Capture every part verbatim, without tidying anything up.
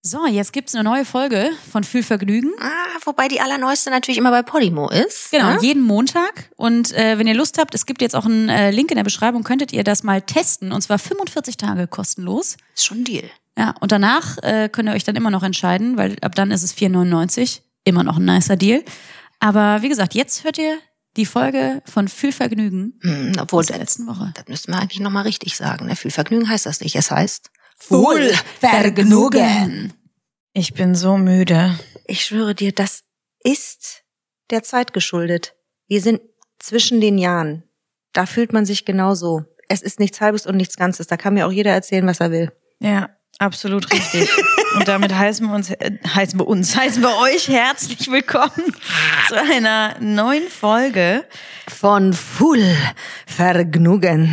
So, jetzt gibt's eine neue Folge von Fühlvergnügen. Ah, wobei die allerneueste natürlich immer bei Podimo ist. Genau, ne? jeden Montag. Und äh, wenn ihr Lust habt, es gibt jetzt auch einen äh, Link in der Beschreibung, könntet ihr das mal testen. Und zwar fünfundvierzig Tage kostenlos. Ist schon ein Deal. Ja, und danach äh, könnt ihr euch dann immer noch entscheiden, weil ab dann ist es vier neunundneunzig. Immer noch ein nicer Deal. Aber wie gesagt, jetzt hört ihr die Folge von Fühlvergnügen Hm, obwohl, aus der letzten Woche. Das müssten wir eigentlich nochmal richtig sagen. Ne? Fühlvergnügen heißt das nicht. Es heißt Fühlvergnügen. Ich bin so müde. Ich schwöre dir, das ist der Zeit geschuldet. Wir sind zwischen den Jahren. Da fühlt man sich genauso. Es ist nichts Halbes und nichts Ganzes. Da kann mir auch jeder erzählen, was er will. Ja, absolut richtig. Und damit heißen wir uns, äh, heißen wir uns, heißen wir euch herzlich willkommen zu einer neuen Folge von Fühlvergnügen.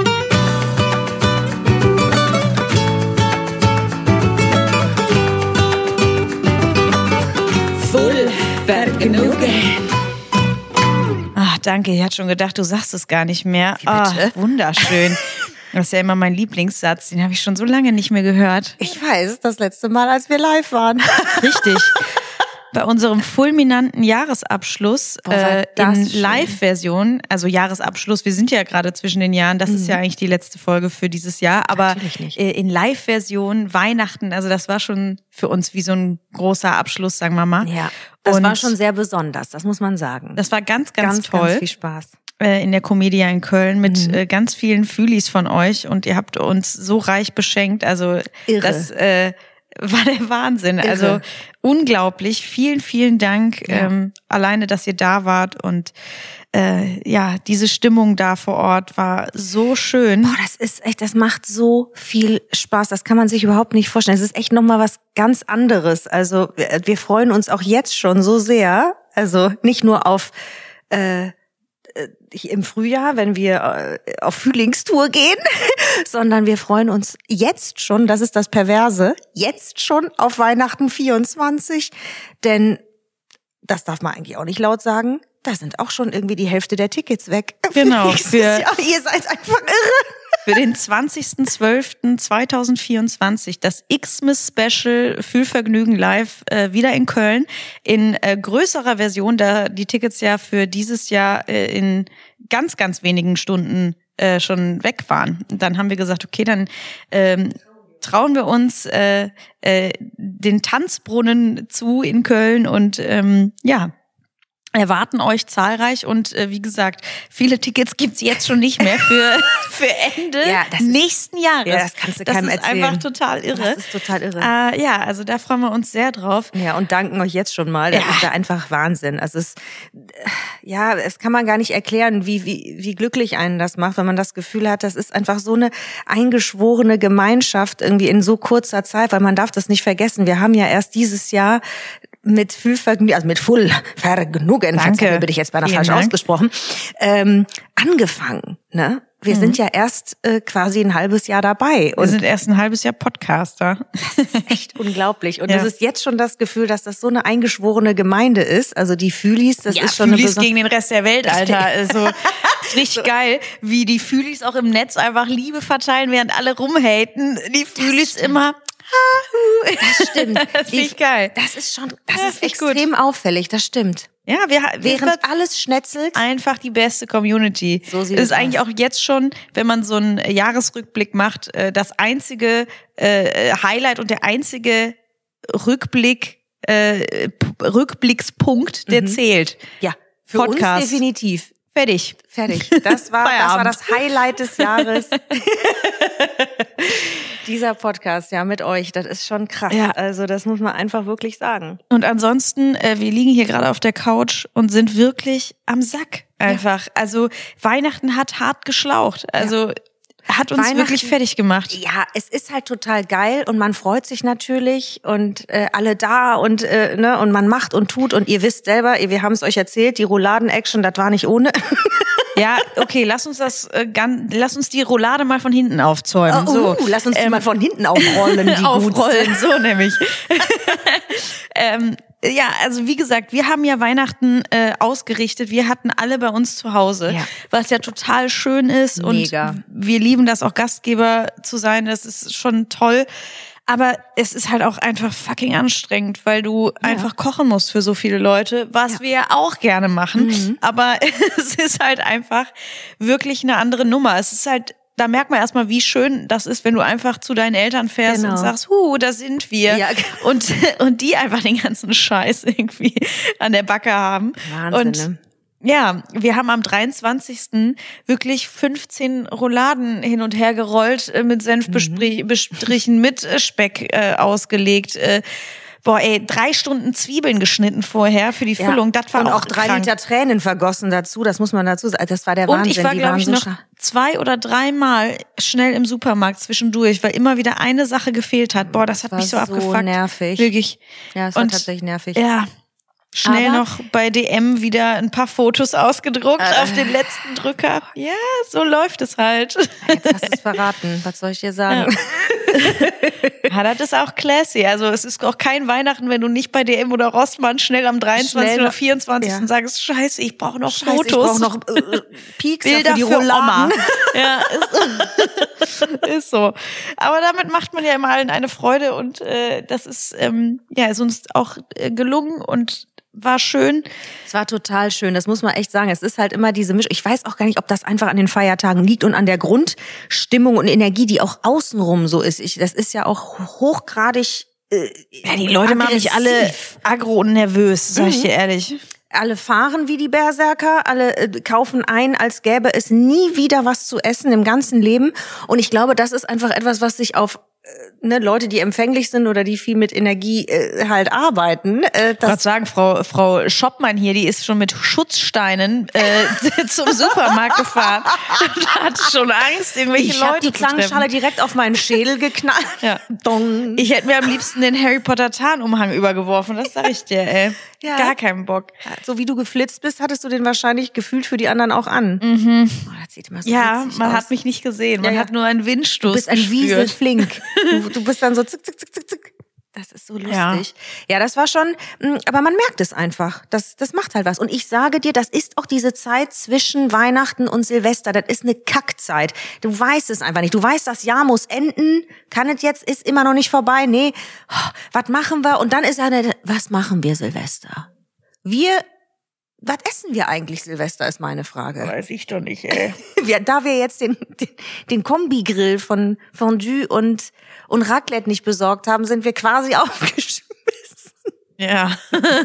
Fühlvergnügen. Ach, danke. Ich hatte schon gedacht, du sagst es gar nicht mehr. Wie bitte? Oh, wunderschön. Das ist ja immer mein Lieblingssatz. Den habe ich schon so lange nicht mehr gehört. Ich weiß, das letzte Mal, als wir live waren. Richtig. Bei unserem fulminanten Jahresabschluss Boah, war äh, das in schön. Live-Version, also Jahresabschluss, wir sind ja gerade zwischen den Jahren, das ist ja eigentlich die letzte Folge für dieses Jahr, aber Natürlich nicht. äh, in Live-Version, Weihnachten, also das war schon für uns wie so ein großer Abschluss, sagen wir mal. Ja, das Und war schon sehr besonders, das muss man sagen. Das war ganz, ganz, ganz, toll. ganz viel Spaß. Äh, in der Comedia in Köln mit Mhm. äh, ganz vielen Fühlis von euch und ihr habt uns so reich beschenkt, also Irre. das äh, war der Wahnsinn. Irre. Also unglaublich. Vielen, vielen Dank Ja. ähm, alleine, dass ihr da wart und äh, ja, diese Stimmung da vor Ort war so schön. Boah, das ist echt, das macht so viel Spaß. Das kann man sich überhaupt nicht vorstellen. Es ist echt nochmal was ganz anderes. Also wir, wir freuen uns auch jetzt schon so sehr. Also nicht nur auf äh, im Frühjahr, wenn wir äh, auf Frühlingstour gehen, sondern wir freuen uns jetzt schon, das ist das Perverse, jetzt schon auf Weihnachten vierundzwanzig, denn das darf man eigentlich auch nicht laut sagen, da sind auch schon irgendwie die Hälfte der Tickets weg. Genau, Nächstes für- Jahr. Ihr seid einfach irre. Für den zwanzigsten zwölften zweitausendvierundzwanzig das Xmas-Special Fühlvergnügen live äh, wieder in Köln in äh, größerer Version, da die Tickets ja für dieses Jahr äh, in ganz, ganz wenigen Stunden äh, schon weg waren. Und dann haben wir gesagt, okay, dann ähm, trauen wir uns äh, äh, den Tanzbrunnen zu in Köln und ähm, ja, erwarten euch zahlreich und äh, wie gesagt, viele Tickets gibt's jetzt schon nicht mehr für für Ende Ja, das ist- nächsten Jahres. Ja, das kannst du das keinem ist erzählen. einfach total irre. Das ist total irre. Äh, ja, also da freuen wir uns sehr drauf. Ja, und danken euch jetzt schon mal. Das Ja. ist da einfach Wahnsinn. Also es, ja, es kann man gar nicht erklären, wie, wie, wie glücklich einen das macht, wenn man das Gefühl hat, das ist einfach so eine eingeschworene Gemeinschaft irgendwie in so kurzer Zeit, weil man darf das nicht vergessen. Wir haben ja erst dieses Jahr mit Fühlvergnügen, also mit Fühlvergnügen, Danke. bin ich jetzt beinahe Vielen falsch Dank. ausgesprochen, ähm, angefangen, ne? Wir sind ja erst äh, quasi ein halbes Jahr dabei. Wir sind erst ein halbes Jahr Podcaster. Echt unglaublich. Und Ja. das ist jetzt schon das Gefühl, dass das so eine eingeschworene Gemeinde ist. Also die Fühlis, das ja, ist schon Fühlis eine gegen den Rest der Welt, Alter. Also richtig geil, wie die Fühlis auch im Netz einfach Liebe verteilen, während alle rumhaten. Die Fühlis immer. Das stimmt. Das finde ich geil. Das ist schon, das Ja, ist finde ich gut. extrem auffällig. Das stimmt. Ja, wir, wir Während alles schnetzelt. einfach die beste Community. So sieht ist es eigentlich aus. auch jetzt schon, wenn man so einen Jahresrückblick macht, äh, das einzige äh, Highlight und der einzige Rückblick, äh, P- Rückblickspunkt, der Mhm. zählt. Ja, für Podcast. uns definitiv. Fertig. Fertig. Das war, das war Feierabend. das Highlight des Jahres. Dieser Podcast, ja, mit euch, das ist schon krass. Ja. Also das muss man einfach wirklich sagen. Und ansonsten, äh, wir liegen hier gerade auf der Couch und sind wirklich am Sack einfach. Also Weihnachten hat hart geschlaucht. Also hat uns Weihnachten- wirklich fertig gemacht. Ja, es ist halt total geil und man freut sich natürlich und äh, alle da und äh, ne und man macht und tut und ihr wisst selber, wir haben es euch erzählt, die Rouladen-Action, das war nicht ohne. Ja, okay, lass uns das, äh, ganz, lass uns die Roulade mal von hinten aufzäumen. Oh, so. uh, lass uns die Ähm, mal von hinten aufrollen, die aufrollen, gut so nämlich. ähm, ja, also wie gesagt, wir haben ja Weihnachten äh, ausgerichtet. Wir hatten alle bei uns zu Hause, Ja. was ja total schön ist. Mega. Und wir lieben das auch, Gastgeber zu sein. Das ist schon toll. Aber es ist halt auch einfach fucking anstrengend, weil du ja. einfach kochen musst für so viele Leute, was ja. wir ja auch gerne machen. Mhm. Aber es ist halt einfach wirklich eine andere Nummer. Es ist halt, da merkt man erstmal, wie schön das ist, wenn du einfach zu deinen Eltern fährst genau. und sagst, huh, da sind wir. Ja. Und, und die einfach den ganzen Scheiß irgendwie an der Backe haben. Wahnsinn, und ne? Ja, wir haben am dreiundzwanzigsten wirklich fünfzehn Rouladen hin und her gerollt, mit Senf mhm. bestrichen, mit Speck äh, ausgelegt. Äh, boah, ey, drei Stunden Zwiebeln geschnitten vorher für die Füllung. Ja. Das war und auch auch drei krank. Liter Tränen vergossen dazu. Das muss man dazu sagen. Das war der Wahnsinn. Und ich war, glaube ich, so noch zwei oder dreimal schnell im Supermarkt zwischendurch, weil immer wieder eine Sache gefehlt hat. Boah, das, das hat mich so, so abgefuckt. Nervig. Wirklich. Ja, es war und, tatsächlich nervig. Ja. Schnell Aber noch bei D M wieder ein paar Fotos ausgedruckt äh, auf den letzten Drücker. Ja, so läuft es halt. Jetzt hast du es verraten. Was soll ich dir sagen? Ja. ja, das ist auch classy. Also es ist auch kein Weihnachten, wenn du nicht bei D M oder Rossmann schnell am dreiundzwanzigsten oder vierundzwanzigsten Ja. sagst, scheiße, ich brauche noch scheiße, Fotos. Ich brauche noch äh, Pieks Bilder für die für Oma. Ja, ist, ist so. Aber damit macht man ja immer allen eine Freude und äh, das ist ähm, ja ist uns auch äh, gelungen und war schön. Es war total schön, das muss man echt sagen. Es ist halt immer diese Mischung. Ich weiß auch gar nicht, ob das einfach an den Feiertagen liegt und an der Grundstimmung und Energie, die auch außenrum so ist. Ich, das ist ja auch hochgradig äh, ja, die Leute machen mich alle aggro und nervös, sag ich dir ehrlich. Alle fahren wie die Berserker, alle äh, kaufen ein, als gäbe es nie wieder was zu essen im ganzen Leben. Und ich glaube, das ist einfach etwas, was sich auf Ne, Leute, die empfänglich sind oder die viel mit Energie äh, halt arbeiten. Äh, ich wollte sagen, Frau Frau Schoppmann hier, die ist schon mit Schutzsteinen äh, zum Supermarkt gefahren und hatte schon Angst, irgendwelche ich Leute hab die Klangschale direkt auf meinen Schädel geknallt. Ja. Dong. Ich hätte mir am liebsten den Harry Potter Tarnumhang übergeworfen, das sag ich dir, ey. Ja. Gar keinen Bock. So wie du geflitzt bist, hattest du den wahrscheinlich gefühlt für die anderen auch an. Mhm. Oh, das sieht immer so ja, man aus. hat mich nicht gesehen. Man ja, ja. hat nur einen Windstoß Du bist ein gespürt. Wieselflink. Du, du bist dann so zick, zick, zick, zick, zick. Das ist so lustig. Ja. ja, das war schon, aber man merkt es einfach. Das, das macht halt was. Und ich sage dir, das ist auch diese Zeit zwischen Weihnachten und Silvester. Das ist eine Kackzeit. Du weißt es einfach nicht. Du weißt, das Jahr muss enden. Kann es jetzt, ist immer noch nicht vorbei. Nee, oh, was machen wir? Und dann ist ja, was machen wir Silvester? Wir, was essen wir eigentlich Silvester, ist meine Frage. Weiß ich doch nicht, ey. wir, da wir jetzt den, den, den Kombi-Grill von Fondue und, und Raclette nicht besorgt haben, sind wir quasi aufgeschmissen. Ja.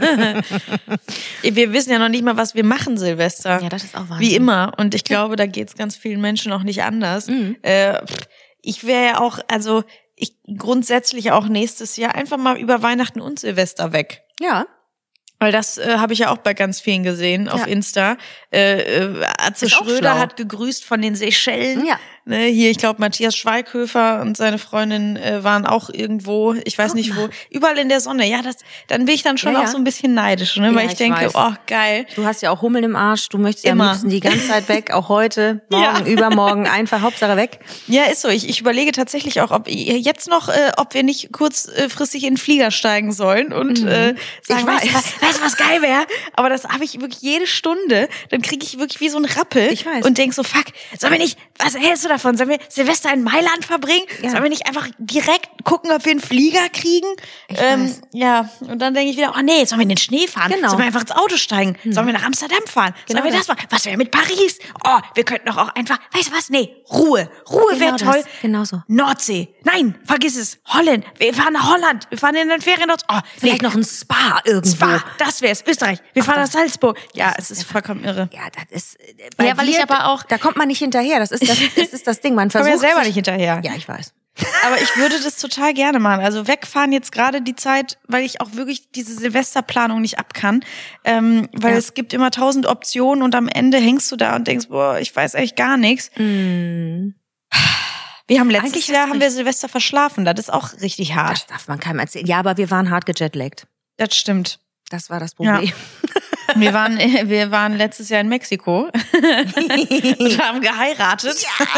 Wir wissen ja noch nicht mal, was wir machen Silvester. Ja, das ist auch Wahnsinn. Wie immer. Und ich glaube, da geht's ganz vielen Menschen auch nicht anders. Mhm. Äh, ich wäre ja auch, also ich grundsätzlich auch nächstes Jahr einfach mal über Weihnachten und Silvester weg. Ja. Weil das äh, habe ich ja auch bei ganz vielen gesehen auf ja. Insta. Äh, äh, Atze Schröder hat gegrüßt von den Seychellen. Ja. Ne, hier, ich glaube, Matthias Schweighöfer und seine Freundin äh, waren auch irgendwo, ich weiß Guck nicht wo, überall in der Sonne. Ja, das, dann bin ich dann schon ja, auch ja. so ein bisschen neidisch, ne? Weil ja, ich, ich denke, weiß. oh, geil. Du hast ja auch Hummeln im Arsch, du möchtest ja am liebsten die ganze Zeit weg, auch heute, morgen, ja. übermorgen, einfach Hauptsache weg. Ja, ist so. Ich, ich überlege tatsächlich auch, ob jetzt noch, äh, ob wir nicht kurzfristig in den Flieger steigen sollen und mhm. äh, sagen, weißt du, was, weißt du, was geil wäre? Aber das habe ich wirklich jede Stunde. Dann kriege ich wirklich wie so ein Rappel ich weiß. und denk so, fuck, sollen wir nicht, was hältst du davon? Sollen wir Silvester in Mailand verbringen? Ja. Sollen wir nicht einfach direkt gucken, ob wir einen Flieger kriegen? Ähm, ja, und dann denke ich wieder, oh nee, sollen wir in den Schnee fahren? Genau. Sollen wir einfach ins Auto steigen? Hm. Sollen wir nach Amsterdam fahren? Genau sollen wir das machen? Was wäre mit Paris? Oh, wir könnten doch auch einfach, weißt du was? Nee, Ruhe. Ruhe genau wäre toll. Genau so. Nordsee. Nein, vergiss es. Holland. Wir fahren nach Holland. Wir fahren in den Ferien dort. Oh, vielleicht nee. noch ein Spa irgendwo. Spa, das wär's. Österreich. Wir Ach, fahren nach Salzburg. Ja, es ist vollkommen irre. Ja, das ist, bei ja, weil dir, ich aber auch, da kommt man nicht hinterher. Das ist das, das ist das Ding. Man versucht ja selber nicht hinterher. Ja, ich weiß. Aber ich würde das total gerne machen. Also wegfahren jetzt gerade die Zeit, weil ich auch wirklich diese Silvesterplanung nicht ab kann. Ähm, weil ja. es gibt immer tausend Optionen und am Ende hängst du da und denkst, boah, ich weiß eigentlich gar nichts. Mm. Wir haben letztes eigentlich Jahr haben wir Silvester verschlafen. Das ist auch richtig hart. Das darf man keinem erzählen. Ja, aber wir waren hart gejetlaggt. Das stimmt. Das war das Problem. Ja. Wir waren, wir waren letztes Jahr in Mexiko und haben geheiratet.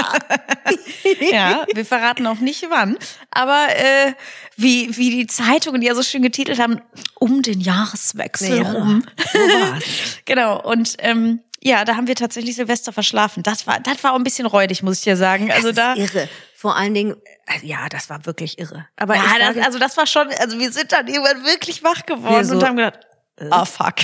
Ja. Ja, wir verraten auch nicht wann. Aber äh, wie, wie die Zeitungen, die ja so schön getitelt haben, um den Jahreswechsel ja, rum. So war's. Genau. Und ähm, ja, da haben wir tatsächlich Silvester verschlafen. Das war, das war auch ein bisschen räudig, muss ich dir sagen. Also das da. Ist irre. Vor allen Dingen, ja, das war wirklich irre. Aber ja, ich das, sage, also das war schon, also wir sind dann irgendwann wirklich wach geworden Wir so, und haben gedacht, ah, fuck.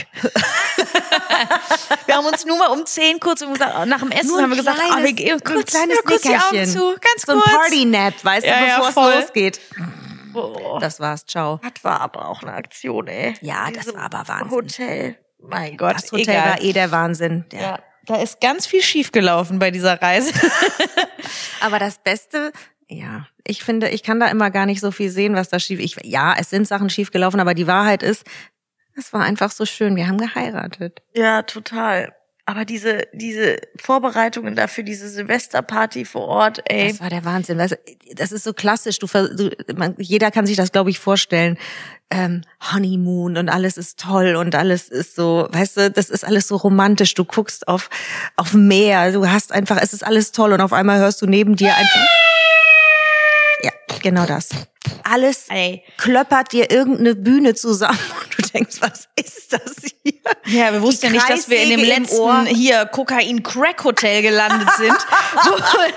Wir haben uns nur mal um zehn kurz gesagt, nach dem Essen Nur ein haben wir gesagt, kleines- ah, wir gehen so ein kurz, kleines ja, kurz die Augen Nickerchen. zu, ganz so ein kurz. Party-Nap, weißt Ja, du, ja, bevor voll. es losgeht. Boah. Das war's, ciao. Das war aber auch eine Aktion, ey. Ja, das war aber Wahnsinn. Hotel. Mein Gott, Das Hotel egal. war eh der Wahnsinn. Ja. Ja, da ist ganz viel schiefgelaufen bei dieser Reise. Aber das Beste, ja, ich finde, ich kann da immer gar nicht so viel sehen, was da schief. Ich, ja, es sind Sachen schiefgelaufen, aber die Wahrheit ist, es war einfach so schön. Wir haben geheiratet. Ja, total. Aber diese, diese Vorbereitungen dafür, diese Silvesterparty vor Ort, ey. Das war der Wahnsinn. Weißt du, das ist so klassisch. Du, vers- du man, jeder kann sich das, glaube ich, vorstellen. Ähm, Honeymoon und alles ist toll und alles ist so, weißt du, das ist alles so romantisch. Du guckst auf auf Meer, du hast einfach, es ist alles toll und auf einmal hörst du neben dir einfach. Ja, genau das. Alles Ey. klöppert dir irgendeine Bühne zusammen und du denkst, was ist das hier? Ja, wir wussten ja Die nicht, dass wir in dem Kreissäge im letzten Ohr. hier Kokain-Crack-Hotel gelandet sind, wo,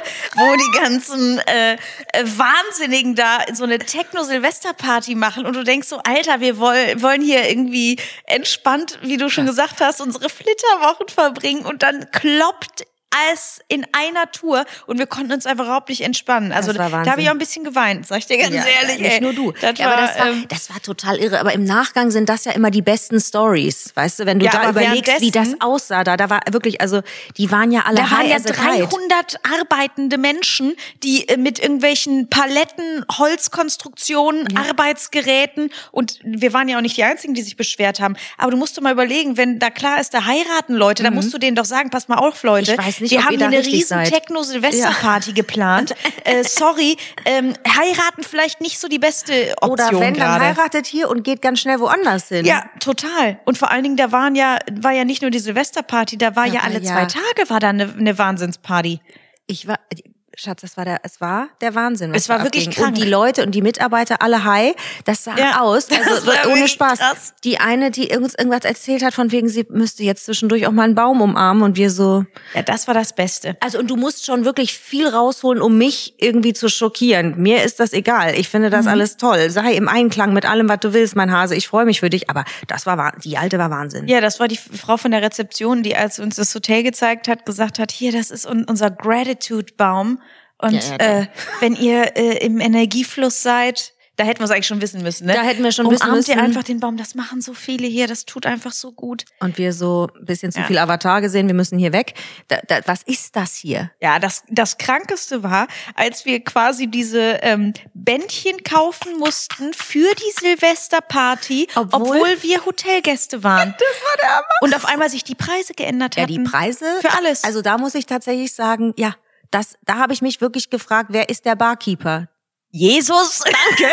wo die ganzen äh, äh, Wahnsinnigen da so eine Techno-Silvester-Party machen und du denkst so, Alter, wir woll, wollen hier irgendwie entspannt, wie du schon gesagt hast, unsere Flitterwochen verbringen und dann kloppt als in einer Tour und wir konnten uns einfach überhaupt nicht entspannen. Also Das war da Wahnsinn. habe ich auch ein bisschen geweint, sag ich dir ganz Ja, ehrlich. nicht ey. nur du. Das ja, war, aber das war, ähm, das war total irre. Aber im Nachgang sind das ja immer die besten Stories, weißt du, wenn du Ja, da aber überlegst, wie das währenddessen- aussah. Da, da war wirklich, also die waren ja alle Da waren high ja as a kite. dreihundert arbeitende Menschen, die äh, mit irgendwelchen Paletten, Holzkonstruktionen, Arbeitsgeräten und wir waren ja auch nicht die Einzigen, die sich beschwert haben. Aber du musst dir mal überlegen, wenn da klar ist, da heiraten Leute, dann musst du denen doch sagen, passt mal auf, Leute. Ich weiß nicht, wir ob haben ihr hier da eine richtig riesen seid. Techno-Silvesterparty geplant. äh, sorry, ähm, heiraten vielleicht nicht so die beste Option Oder wenn, dann gerade. heiratet hier und geht ganz schnell woanders hin. Ja, total. Und vor allen Dingen, da waren ja, war ja nicht nur die Silvesterparty, da war Da ja war alle ja- zwei Tage war da eine, eine Wahnsinnsparty. Ich war, Schatz, das war der, es war der Wahnsinn. was Es war da wirklich abging. krank. Und die Leute und die Mitarbeiter alle high. Das sah Ja, aus, das also war ohne wirklich Spaß. krass. Die eine, die irgendwas, irgendwas erzählt hat, von wegen, sie müsste jetzt zwischendurch auch mal einen Baum umarmen und wir so. Ja, das war das Beste. Also und du musst schon wirklich viel rausholen, um mich irgendwie zu schockieren. Mir ist das egal. Ich finde Mhm. das alles toll. Sei im Einklang mit allem, was du willst, mein Hase. Ich freue mich für dich. Aber das war Wah- die alte war Wahnsinn. Ja, das war die Frau von der Rezeption, die als uns das Hotel gezeigt hat, gesagt hat, hier, das ist un- unser Gratitude-Baum. Und Ja, ja, der- äh, wenn ihr äh, im Energiefluss seid, da hätten wir es eigentlich schon wissen müssen, ne? Da hätten wir schon wissen Umarmt ihr müssen. einfach den Baum, das machen so viele hier, das tut einfach so gut. Und wir so ein bisschen zu Ja. viel Avatar gesehen. Wir müssen hier weg. Da, da, was ist das hier? Ja, das, das Krankeste war, als wir quasi diese ähm, Bändchen kaufen mussten für die Silvesterparty, Obwohl- obwohl, wir Hotelgäste waren. Das war der Hammer. Und auf einmal sich die Preise geändert Ja, hatten. die Preise. Für alles. Also da muss ich tatsächlich sagen, ja, das, da habe ich mich wirklich gefragt, wer ist der Barkeeper? Jesus, danke.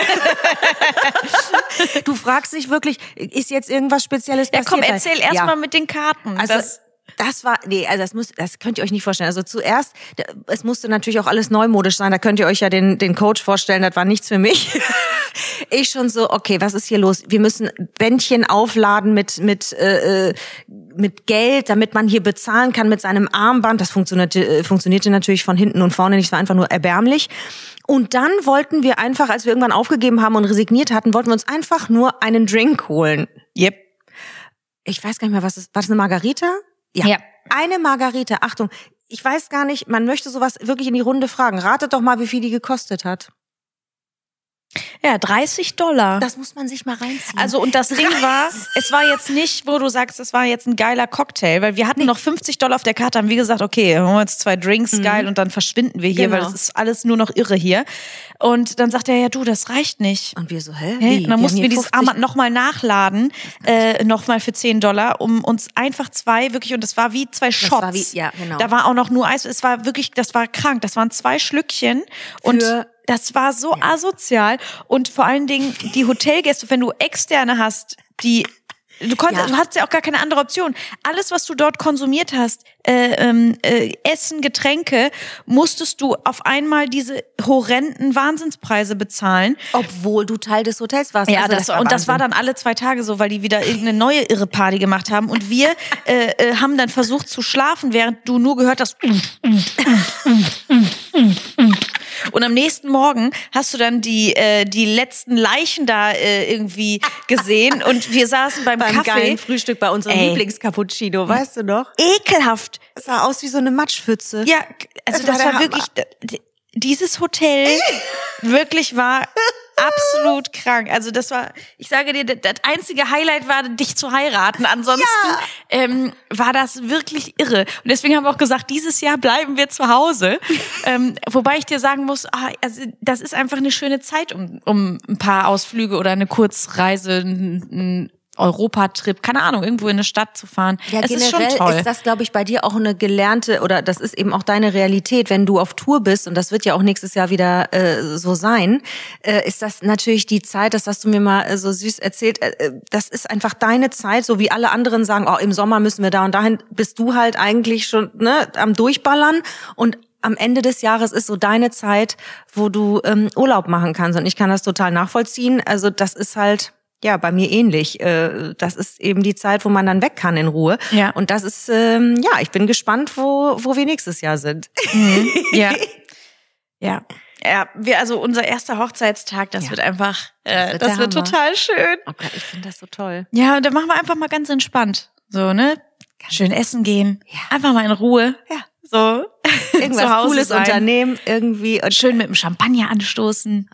Du fragst dich wirklich, ist jetzt irgendwas Spezielles Ja, passiert? komm, erzähl erst Ja. mal mit den Karten. Also das, das war, nee, also das muss, das könnt ihr euch nicht vorstellen. Also zuerst, da- es musste natürlich auch alles neumodisch sein. Da könnt ihr euch ja den den Coach vorstellen. Das war nichts für mich. Ich schon so, okay, was ist hier los? Wir müssen Bändchen aufladen mit mit äh, mit Geld, damit man hier bezahlen kann mit seinem Armband. Das funktionierte äh, funktionierte natürlich von hinten und vorne nicht. Es war einfach nur erbärmlich. Und dann wollten wir einfach, als wir irgendwann aufgegeben haben und resigniert hatten, wollten wir uns einfach nur einen Drink holen. yep. Ich weiß gar nicht mehr, was ist, war das eine Margarita? Ja. Eine Margarita. Achtung, ich weiß gar nicht, man möchte sowas wirklich in die Runde fragen. Ratet doch mal, wie viel die gekostet hat. Ja, dreißig Dollar. Das muss man sich mal reinziehen. Also und das Ding war, es war jetzt nicht, wo du sagst, es war jetzt ein geiler Cocktail, weil wir hatten noch fünfzig Dollar auf der Karte, haben wir gesagt, okay, holen wir jetzt zwei Drinks, geil, und dann verschwinden wir hier, Genau. weil das ist alles nur noch irre hier. Und dann sagt er, ja du, das reicht nicht. Und wir so, hä? Hey, Wie? und dann Wir mussten haben wir hier dieses fünfzig Armband nochmal nachladen, äh, nochmal für zehn Dollar, um uns einfach zwei, wirklich, und das war wie zwei Shots. war wie- ja, genau. Da war auch noch nur Eis, es war wirklich, das war krank, das waren zwei Schlückchen und Für- das war so asozial und vor allen Dingen die Hotelgäste, wenn du Externe hast, die Du, konntest, Ja. du hattest ja auch gar keine andere Option. Alles, was du dort konsumiert hast, äh, ähm, äh, Essen, Getränke, musstest du auf einmal diese horrenden Wahnsinnspreise bezahlen. Obwohl du Teil des Hotels warst. Ja, Also das, und das war dann alle zwei Tage so, weil die wieder irgendeine neue irre Party gemacht haben. Und wir äh, äh, haben dann versucht zu schlafen, während du nur gehört hast. Und am nächsten Morgen hast du dann die äh, die letzten Leichen da äh, irgendwie gesehen und wir saßen beim, Beim Kaffee. geilen Frühstück bei unserem Ey. Lieblingscappuccino, weißt du noch? Ekelhaft. Es sah aus wie so eine Matschpfütze. Ja, also Das das war war der wirklich, d- dieses Hotel wirklich war absolut krank. Also das war, ich sage dir, das das einzige Highlight war, dich zu heiraten. Ansonsten Ja. ähm, war das wirklich irre. Und deswegen haben wir auch gesagt, dieses Jahr bleiben wir zu Hause. ähm, wobei ich dir sagen muss, ah, also das ist einfach eine schöne Zeit, um, um ein paar Ausflüge oder eine Kurzreise, ein, ein Europatrip, keine Ahnung, irgendwo in eine Stadt zu fahren. Ja, es ist schon generell toll. ist das, glaube ich, bei dir auch eine gelernte, oder das ist eben auch deine Realität, wenn du auf Tour bist, und das wird ja auch nächstes Jahr wieder äh, so sein, äh, ist das natürlich die Zeit, das hast du mir mal äh, so süß erzählt, äh, das ist einfach deine Zeit, so wie alle anderen sagen, oh, im Sommer müssen wir da und dahin, bist du halt eigentlich schon ne, am Durchballern, und am Ende des Jahres ist so deine Zeit, wo du ähm, Urlaub machen kannst, und ich kann das total nachvollziehen, also das ist halt... Ja, bei mir ähnlich. Äh, Das ist eben die Zeit, wo man dann weg kann in Ruhe. Ja. Und das ist, ähm, ja, ich bin gespannt, wo, wo wir nächstes Jahr sind. Mhm. Ja. Ja. Ja, wir, also unser erster Hochzeitstag, das Ja. wird einfach, äh, wird das der wird Hammer. total schön. Oh Gott, ich finde das so toll. Ja, und dann machen wir einfach mal ganz entspannt. So, ne? Schön essen gehen. Ja. Einfach mal in Ruhe. Ja. So. Irgendwas zu Hause Cooles sein. unternehmen, irgendwie. Und Schön mit dem Champagner anstoßen.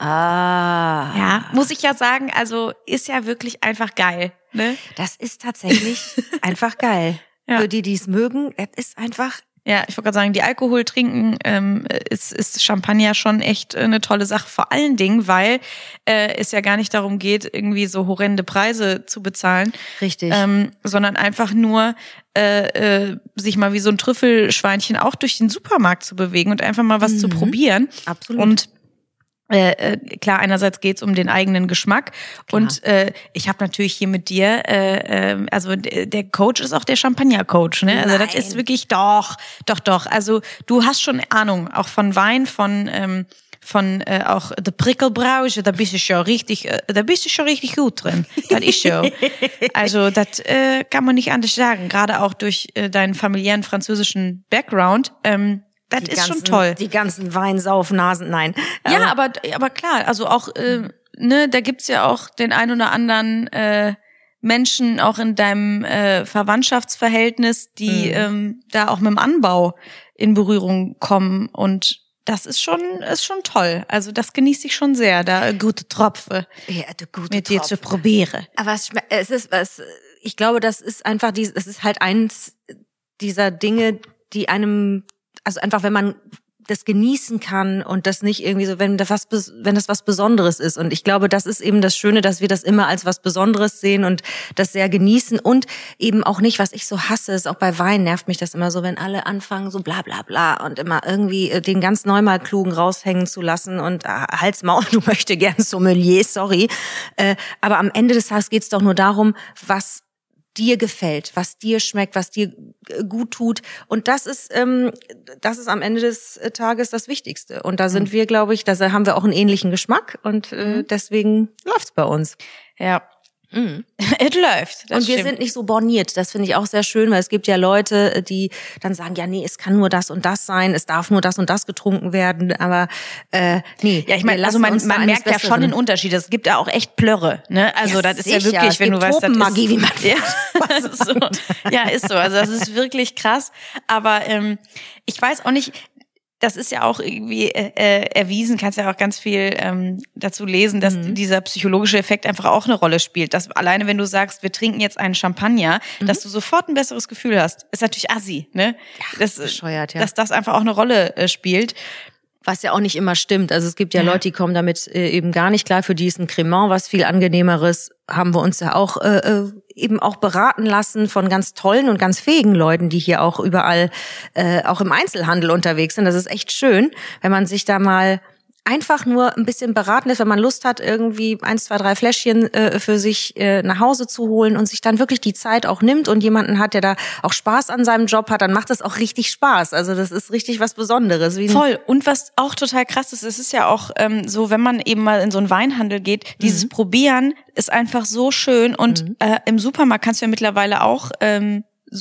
ah. Ja, muss ich ja sagen, also ist ja wirklich einfach geil, ne? Das ist tatsächlich einfach geil. Ja. Für die, die es mögen, es ist einfach... Ja, ich wollte gerade sagen, die Alkohol trinken ähm, ist, ist Champagner schon echt äh, eine tolle Sache. Vor allen Dingen, weil äh, es ja gar nicht darum geht, irgendwie so horrende Preise zu bezahlen. Richtig. Ähm, sondern einfach nur äh, äh, sich mal wie so ein Trüffelschweinchen auch durch den Supermarkt zu bewegen und einfach mal was Mhm. zu probieren. Absolut. Und Äh, äh, klar, einerseits geht's um den eigenen Geschmack Klar. und äh, ich habe natürlich hier mit dir, äh, äh, also d- der Coach ist auch der Champagner-Coach, ne? Also das Nein. ist wirklich doch, doch, doch. Also du hast schon Ahnung, auch von Wein, von ähm, von äh, auch der Prickelbrause, da bist du schon richtig, äh, da bist du schon richtig gut drin. Das ist so. Also das äh, kann man nicht anders sagen. Gerade auch durch äh, deinen familiären französischen Background. Ähm, das Die ist ganzen, schon toll. Die ganzen Weinsaufnasen, nein. Ja, aber aber klar, also auch äh, ne, da gibt's ja auch den ein oder anderen äh, Menschen auch in deinem äh, Verwandtschaftsverhältnis, die Mhm. ähm, da auch mit dem Anbau in Berührung kommen, und das ist schon ist schon toll. Also das genieße ich schon sehr, da eine gute Tropfe Ja, du gute mit dir Tropfen. zu probieren. Aber es, schme- es ist was, ich glaube, das ist einfach, dies, es ist halt eins dieser Dinge, die einem, also einfach, wenn man das genießen kann und das nicht irgendwie so, wenn das was, bes- wenn das was Besonderes ist. Und ich glaube, das ist eben das Schöne, dass wir das immer als was Besonderes sehen und das sehr genießen und eben auch nicht, was ich so hasse, ist auch bei Wein nervt mich das immer so, wenn alle anfangen so bla bla bla und immer irgendwie äh, den ganz Neumalklugen raushängen zu lassen und äh, Hals, Maul, du möchte gern Sommelier, sorry. Äh, aber am Ende des Tages geht's doch nur darum, was dir gefällt, was dir schmeckt, was dir äh, gut tut. Und das ist, ähm, das ist am Ende des äh, Tages das Wichtigste. Und da sind wir, glaube ich, da haben wir auch einen ähnlichen Geschmack und äh, deswegen läuft's bei uns. Ja, Mhm. es läuft. Das Und wir stimmt. sind nicht so borniert. Das finde ich auch sehr schön, weil es gibt ja Leute, die dann sagen, ja, nee, es kann nur das und das sein, es darf nur das und das getrunken werden, aber äh, nee. Ja, ich wir meine, also lassen man, uns da man eines merkt ja schon den Unterschied. Es gibt ja auch echt Plörre, ne? Also Ja, das ist ja sicher. wirklich, Es wenn du gibt weißt, das Tropenmagie, ist, wie man ja, das ist so. Ja, ist so. Also das ist wirklich krass. Aber ähm, ich weiß auch nicht. Das ist ja auch irgendwie äh, erwiesen, kannst ja auch ganz viel ähm, dazu lesen, dass Mhm. dieser psychologische Effekt einfach auch eine Rolle spielt. Dass alleine, wenn du sagst, wir trinken jetzt einen Champagner, Mhm. dass du sofort ein besseres Gefühl hast. Ist natürlich assi, ne? das, bescheuert, ja. Dass das einfach auch eine Rolle äh, spielt. Was ja auch nicht immer stimmt. Also es gibt ja, Ja. Leute, die kommen damit äh, eben gar nicht klar. Für die ist ein Cremant was viel angenehmeres. Haben wir uns ja auch äh, äh, eben auch beraten lassen von ganz tollen und ganz fähigen Leuten, die hier auch überall, äh, auch im Einzelhandel unterwegs sind. Das ist echt schön, wenn man sich da mal einfach nur ein bisschen beraten ist, wenn man Lust hat, irgendwie eins, zwei, drei Fläschchen äh, für sich äh, nach Hause zu holen und sich dann wirklich die Zeit auch nimmt und jemanden hat, der da auch Spaß an seinem Job hat, dann macht das auch richtig Spaß. Also das ist richtig was Besonderes. Wie ein- Voll. Und was auch total krass ist, es ist ja auch ähm, so, wenn man eben mal in so einen Weinhandel geht, dieses Probieren ist einfach so schön. Und äh, im Supermarkt kannst du ja mittlerweile auch ähm, so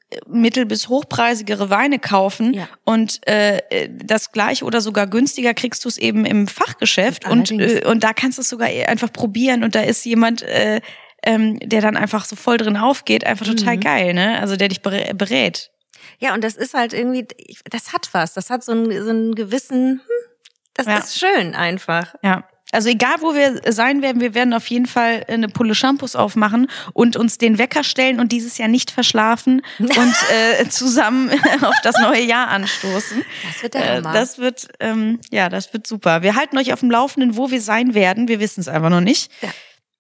mittel- bis hochpreisigere Weine kaufen Ja. und äh, das gleiche oder sogar günstiger kriegst du es eben im Fachgeschäft und Allerdings. äh, und da kannst du es sogar einfach probieren und da ist jemand, äh, ähm, der dann einfach so voll drin aufgeht, einfach total Mhm. geil, ne? Also der dich berä- berät. Ja, und das ist halt irgendwie, das hat was. Das hat so einen, so einen gewissen, hm, das Ja. ist schön einfach. Ja. Also egal, wo wir sein werden, wir werden auf jeden Fall eine Pulle Shampoos aufmachen und uns den Wecker stellen und dieses Jahr nicht verschlafen und äh, zusammen auf das neue Jahr anstoßen. Das wird der Äh, Hammer. das wird, ähm, ja, das wird super. Wir halten euch auf dem Laufenden, wo wir sein werden. Wir wissen es einfach noch nicht. Ja.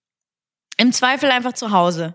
Im Zweifel einfach zu Hause.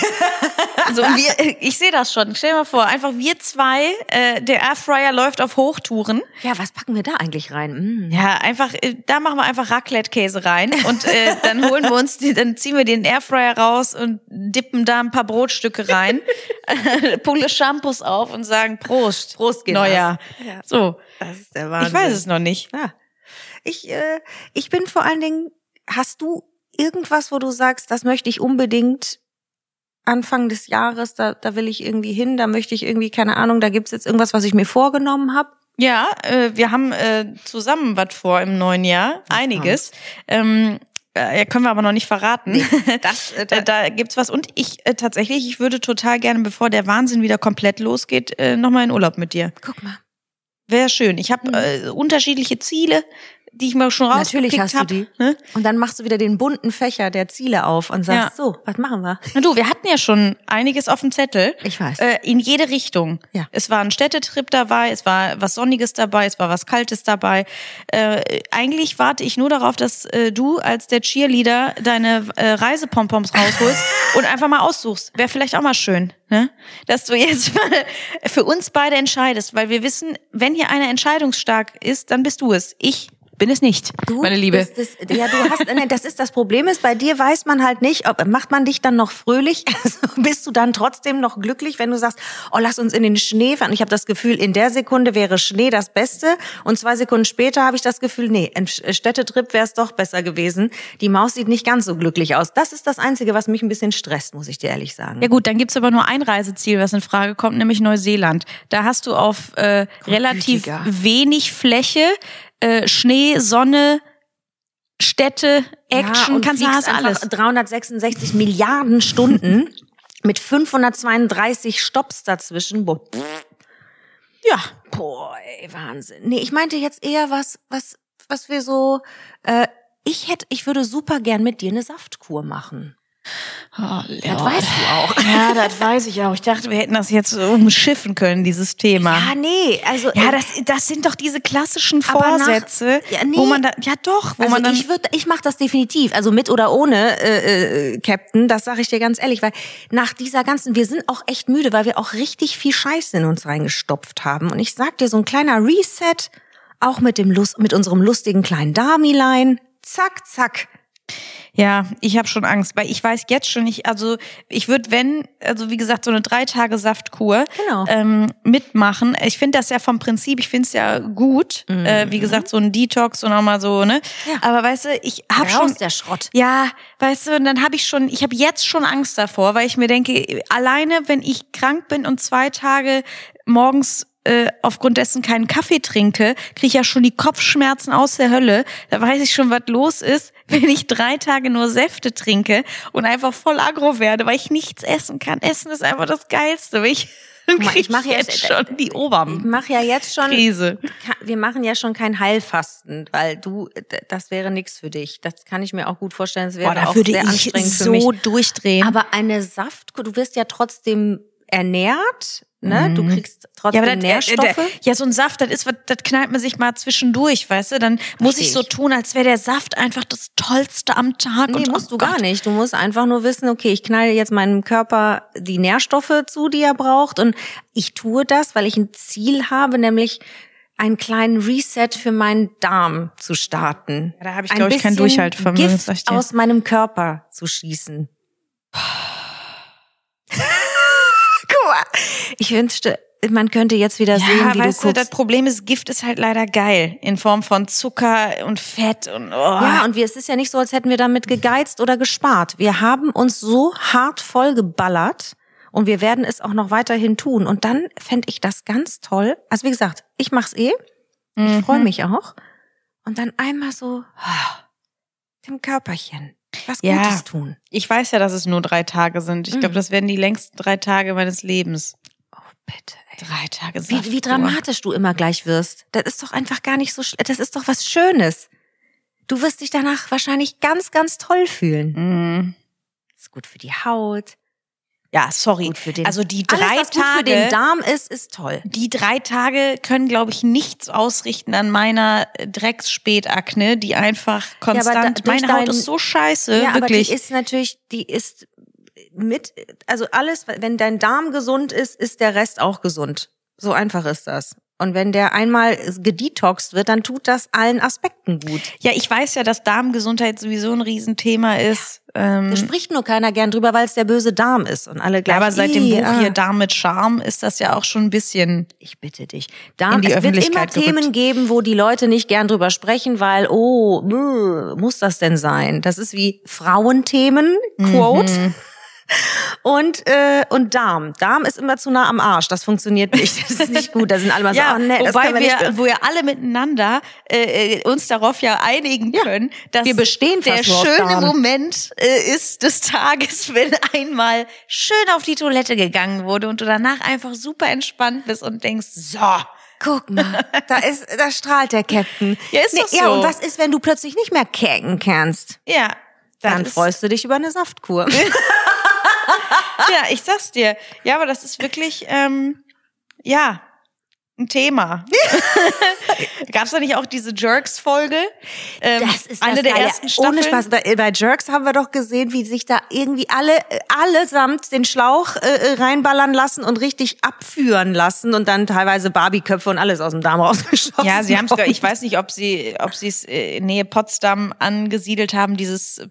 Also wir, ich sehe das schon. Stell dir mal vor, einfach wir zwei, äh, der Airfryer läuft auf Hochtouren. Ja, was packen wir da eigentlich rein? Mm. Ja, einfach, äh, da machen wir einfach Raclette-Käse rein und äh, dann holen wir uns, die, dann ziehen wir den Airfryer raus und dippen da ein paar Brotstücke rein, Pulle Shampoos auf und sagen Prost, Prost, geht Neujahr. das. Ja. So, Das ist der Wahnsinn. ich weiß es noch nicht. Ja. Ich, äh, ich bin vor allen Dingen, hast du irgendwas, wo du sagst, das möchte ich unbedingt Anfang des Jahres, da, da will ich irgendwie hin, da möchte ich irgendwie, keine Ahnung, da gibt's jetzt irgendwas, was ich mir vorgenommen habe? Ja, äh, wir haben äh, zusammen was vor im neuen Jahr, einiges. Ähm, äh, können wir aber noch nicht verraten. Das, äh, da, da gibt's was. Und ich äh, tatsächlich, ich würde total gerne, bevor der Wahnsinn wieder komplett losgeht, äh, nochmal in Urlaub mit dir. Guck mal. Wäre schön. Ich habe äh, unterschiedliche Ziele, die ich mir schon rausgepickt Natürlich hast hab, du die. Ne? Und dann machst du wieder den bunten Fächer der Ziele auf und sagst, Ja. so, was machen wir? Na du, wir hatten ja schon einiges auf dem Zettel. Ich weiß. Äh, in jede Richtung. Ja. Es war ein Städtetrip dabei, es war was Sonniges dabei, es war was Kaltes dabei. Äh, eigentlich warte ich nur darauf, dass äh, du als der Cheerleader deine äh, Reisepompons rausholst und einfach mal aussuchst. Wäre vielleicht auch mal schön, ne? Dass du jetzt mal für uns beide entscheidest, weil wir wissen, wenn hier einer entscheidungsstark ist, dann bist du es. Ich bin es nicht, Du meine Liebe. bist es, ja, du hast, ne, das ist das Problem ist, bei dir weiß man halt nicht, ob, macht man dich dann noch fröhlich? Also bist du dann trotzdem noch glücklich, wenn du sagst, oh, lass uns in den Schnee fahren? Ich habe das Gefühl, in der Sekunde wäre Schnee das Beste und zwei Sekunden später habe ich das Gefühl, nee, ein Städtetrip wäre es doch besser gewesen. Die Maus sieht nicht ganz so glücklich aus. Das ist das Einzige, was mich ein bisschen stresst, muss ich dir ehrlich sagen. Ja gut, dann gibt's aber nur ein Reiseziel, was in Frage kommt, nämlich Neuseeland. Da hast du auf äh, relativ gütiger. wenig Fläche äh, Schnee, Sonne, Städte, Action, ja, und kannst du fliegst hast alles. einfach dreihundertsechsundsechzig Milliarden Stunden mit fünfhundertzweiunddreißig Stopps dazwischen. Boah, Ja, boah, ey, Wahnsinn. Nee, ich meinte jetzt eher was, was, was wir so, äh, ich hätte, ich würde super gern mit dir eine Saftkur machen. oh, Das weißt du auch. Ja, das weiß ich auch. Ich dachte, wir hätten das jetzt umschiffen können, dieses Thema. Ja, nee, also Ja, äh, das, das sind doch diese klassischen Aber nach- Vorsätze, Ja, nee. wo man da, ja doch, wo also man dann, ich würde, ich mache das definitiv, also mit oder ohne äh, äh, Captain, das sage ich dir ganz ehrlich, weil nach dieser ganzen, wir sind auch echt müde, weil wir auch richtig viel Scheiße in uns reingestopft haben. Und ich sag dir, so ein kleiner Reset, auch mit dem Lust, mit unserem lustigen kleinen Damilein, zack, zack. ja, ich habe schon Angst, weil ich weiß jetzt schon nicht, also ich würde, wenn, also wie gesagt, so eine drei Tage Saftkur Genau. ähm, mitmachen. Ich finde das ja vom Prinzip, ich finde es ja gut, Mhm. äh, wie gesagt, so ein Detox und auch mal so, ne? Ja. Aber weißt du, ich habe Raus schon, der Schrott. ja, weißt du, und dann habe ich schon, ich habe jetzt schon Angst davor, weil ich mir denke, alleine, wenn ich krank bin und zwei Tage morgens äh, aufgrund dessen keinen Kaffee trinke, kriege ich ja schon die Kopfschmerzen aus der Hölle. Da weiß ich schon, was los ist, wenn ich drei Tage nur Säfte trinke und einfach voll aggro werde, weil ich nichts essen kann. Essen ist einfach das Geilste. Ich, mal, ich mach jetzt jetzt- schon die Ich Oberkrise. mache ja jetzt schon, wir machen ja schon kein Heilfasten, weil du, d- das wäre nichts für dich. Das kann ich mir auch gut vorstellen. Das wäre Boah, da auch würde sehr ich anstrengend so für mich. durchdrehen. Aber eine Saftkur, du wirst ja trotzdem ernährt, ne? Du kriegst trotzdem ja, aber das, Nährstoffe. äh, äh, ja, so ein Saft, das ist was, das knallt man sich mal zwischendurch, weißt du? Dann muss Versteh ich so ich. tun, als wäre der Saft einfach das Tollste am Tag. Nee, und musst oh du gar Gott. nicht. Du musst einfach nur wissen, okay, ich knalle jetzt meinem Körper die Nährstoffe zu, die er braucht. Und ich tue das, weil ich ein Ziel habe, nämlich einen kleinen Reset für meinen Darm zu starten. Ja, da habe ich, Ein glaube ich, kein bisschen Durchhaltevermögen, Gift sag ich dir. aus meinem Körper zu schießen. Guck mal, ich wünschte, man könnte jetzt wieder sehen, Ja, wie du weißt du, das guckst. Problem ist, Gift ist halt leider geil. In Form von Zucker und Fett und oh. Ja, und wir, es ist ja nicht so, als hätten wir damit gegeizt oder gespart. Wir haben uns so hart vollgeballert Und wir werden es auch noch weiterhin tun. Und dann fände ich das ganz toll. Also wie gesagt, ich mach's eh. Ich Mhm. freue mich auch. Und dann einmal so dem Körperchen was Ja. Gutes tun. Ich weiß ja, dass es nur drei Tage sind. Ich glaube, Mhm. das werden die längsten drei Tage meines Lebens. Oh, bitte, ey. Drei Tage Wie, wie Saftkur. dramatisch du immer gleich wirst. Das ist doch einfach gar nicht so schlecht. Das ist doch was Schönes. Du wirst dich danach wahrscheinlich ganz, ganz toll fühlen. Mhm. Ist gut für die Haut. Ja, sorry. Gut für den, also die alles, drei was gut Tage, für den Darm ist, ist toll. die drei Tage können, glaube ich, nichts ausrichten an meiner Drecksspätakne, die einfach aber da- konstant. durch meine Haut dein- ist so scheiße, Ja, aber wirklich. die ist natürlich, die ist mit, also alles, wenn dein Darm gesund ist, ist der Rest auch gesund. So einfach ist das. Und wenn der einmal gedetoxt wird, dann tut das allen Aspekten gut. ja, ich weiß ja, dass Darmgesundheit sowieso ein Riesenthema ist. Ähm, Da spricht nur keiner gern drüber, weil es der böse Darm ist. Und alle ja, gleich, aber seit dem "Ih, Buch ah." hier Darm mit Charme ist das ja auch schon ein bisschen. Ich bitte dich. Darm, In die es wird immer Öffentlichkeit gerückt. Themen geben, wo die Leute nicht gern drüber sprechen, weil, oh, mh, muss das denn sein? Das ist wie Frauenthemen, Quote. Mhm. Und, äh, und Darm. Darm ist immer zu nah am Arsch. Das funktioniert nicht. Das ist nicht gut. Da sind alle mal Ja, so, oh nee, das wobei können wir wir, nicht. wo wir alle miteinander äh, uns darauf ja einigen Ja, können, dass wir bestehen der fast nur auf schöne Darm. Moment äh, ist des Tages, wenn einmal schön auf die Toilette gegangen wurde und du danach einfach super entspannt bist und denkst, so. Guck mal, da ist, da strahlt der Captain. Ja, ist doch Ja, so. und was ist, wenn du plötzlich nicht mehr kacken kannst? Ja, Dann ist- freust du dich über eine Saftkur. Ja, ich sag's dir. Ja, aber das ist wirklich, ähm, ja, ein Thema. Gab's da nicht auch diese Jerks-Folge? Ähm, Das ist eine das der Geile. ersten Staffeln. Ohne Spaß. Bei, bei Jerks haben wir doch gesehen, wie sich da irgendwie alle, äh, allesamt den Schlauch äh, reinballern lassen und richtig abführen lassen und dann teilweise Barbieköpfe und alles aus dem Darm rausgeschossen. Ja, sie haben es, kommt. ich weiß nicht, ob sie, ob sie es in Nähe Potsdam angesiedelt haben, dieses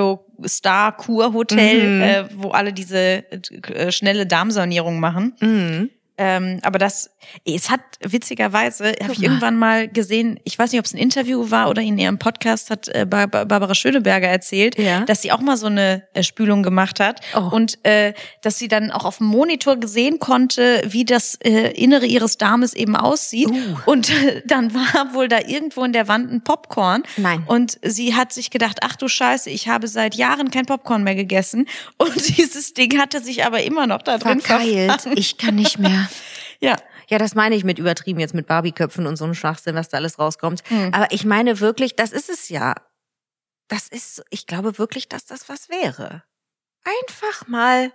Pseudo-Star-Kur-Hotel, Mhm. äh, wo alle diese äh, schnelle Darmsanierung machen. Mhm. Ähm, aber das, es hat witzigerweise, habe ich mal. irgendwann mal gesehen, ich weiß nicht, ob es ein Interview war oder in ihrem Podcast hat äh, Bar- Bar- Barbara Schöneberger erzählt, Ja. dass sie auch mal so eine äh, Spülung gemacht hat Oh. und äh, dass sie dann auch auf dem Monitor gesehen konnte, wie das äh, Innere ihres Darmes eben aussieht. Uh. Und äh, dann war wohl da irgendwo in der Wand ein Popcorn. Nein. Und sie hat sich gedacht, ach du Scheiße, ich habe seit Jahren kein Popcorn mehr gegessen. Und dieses Ding hatte sich aber immer noch da drin Verkeilt. verfangen. Ich kann nicht mehr. Ja. Ja, das meine ich mit übertrieben jetzt mit Barbieköpfen und so einem Schwachsinn, was da alles rauskommt. Hm. Aber ich meine wirklich, das ist es ja. Das ist, ich glaube wirklich, dass das was wäre. Einfach mal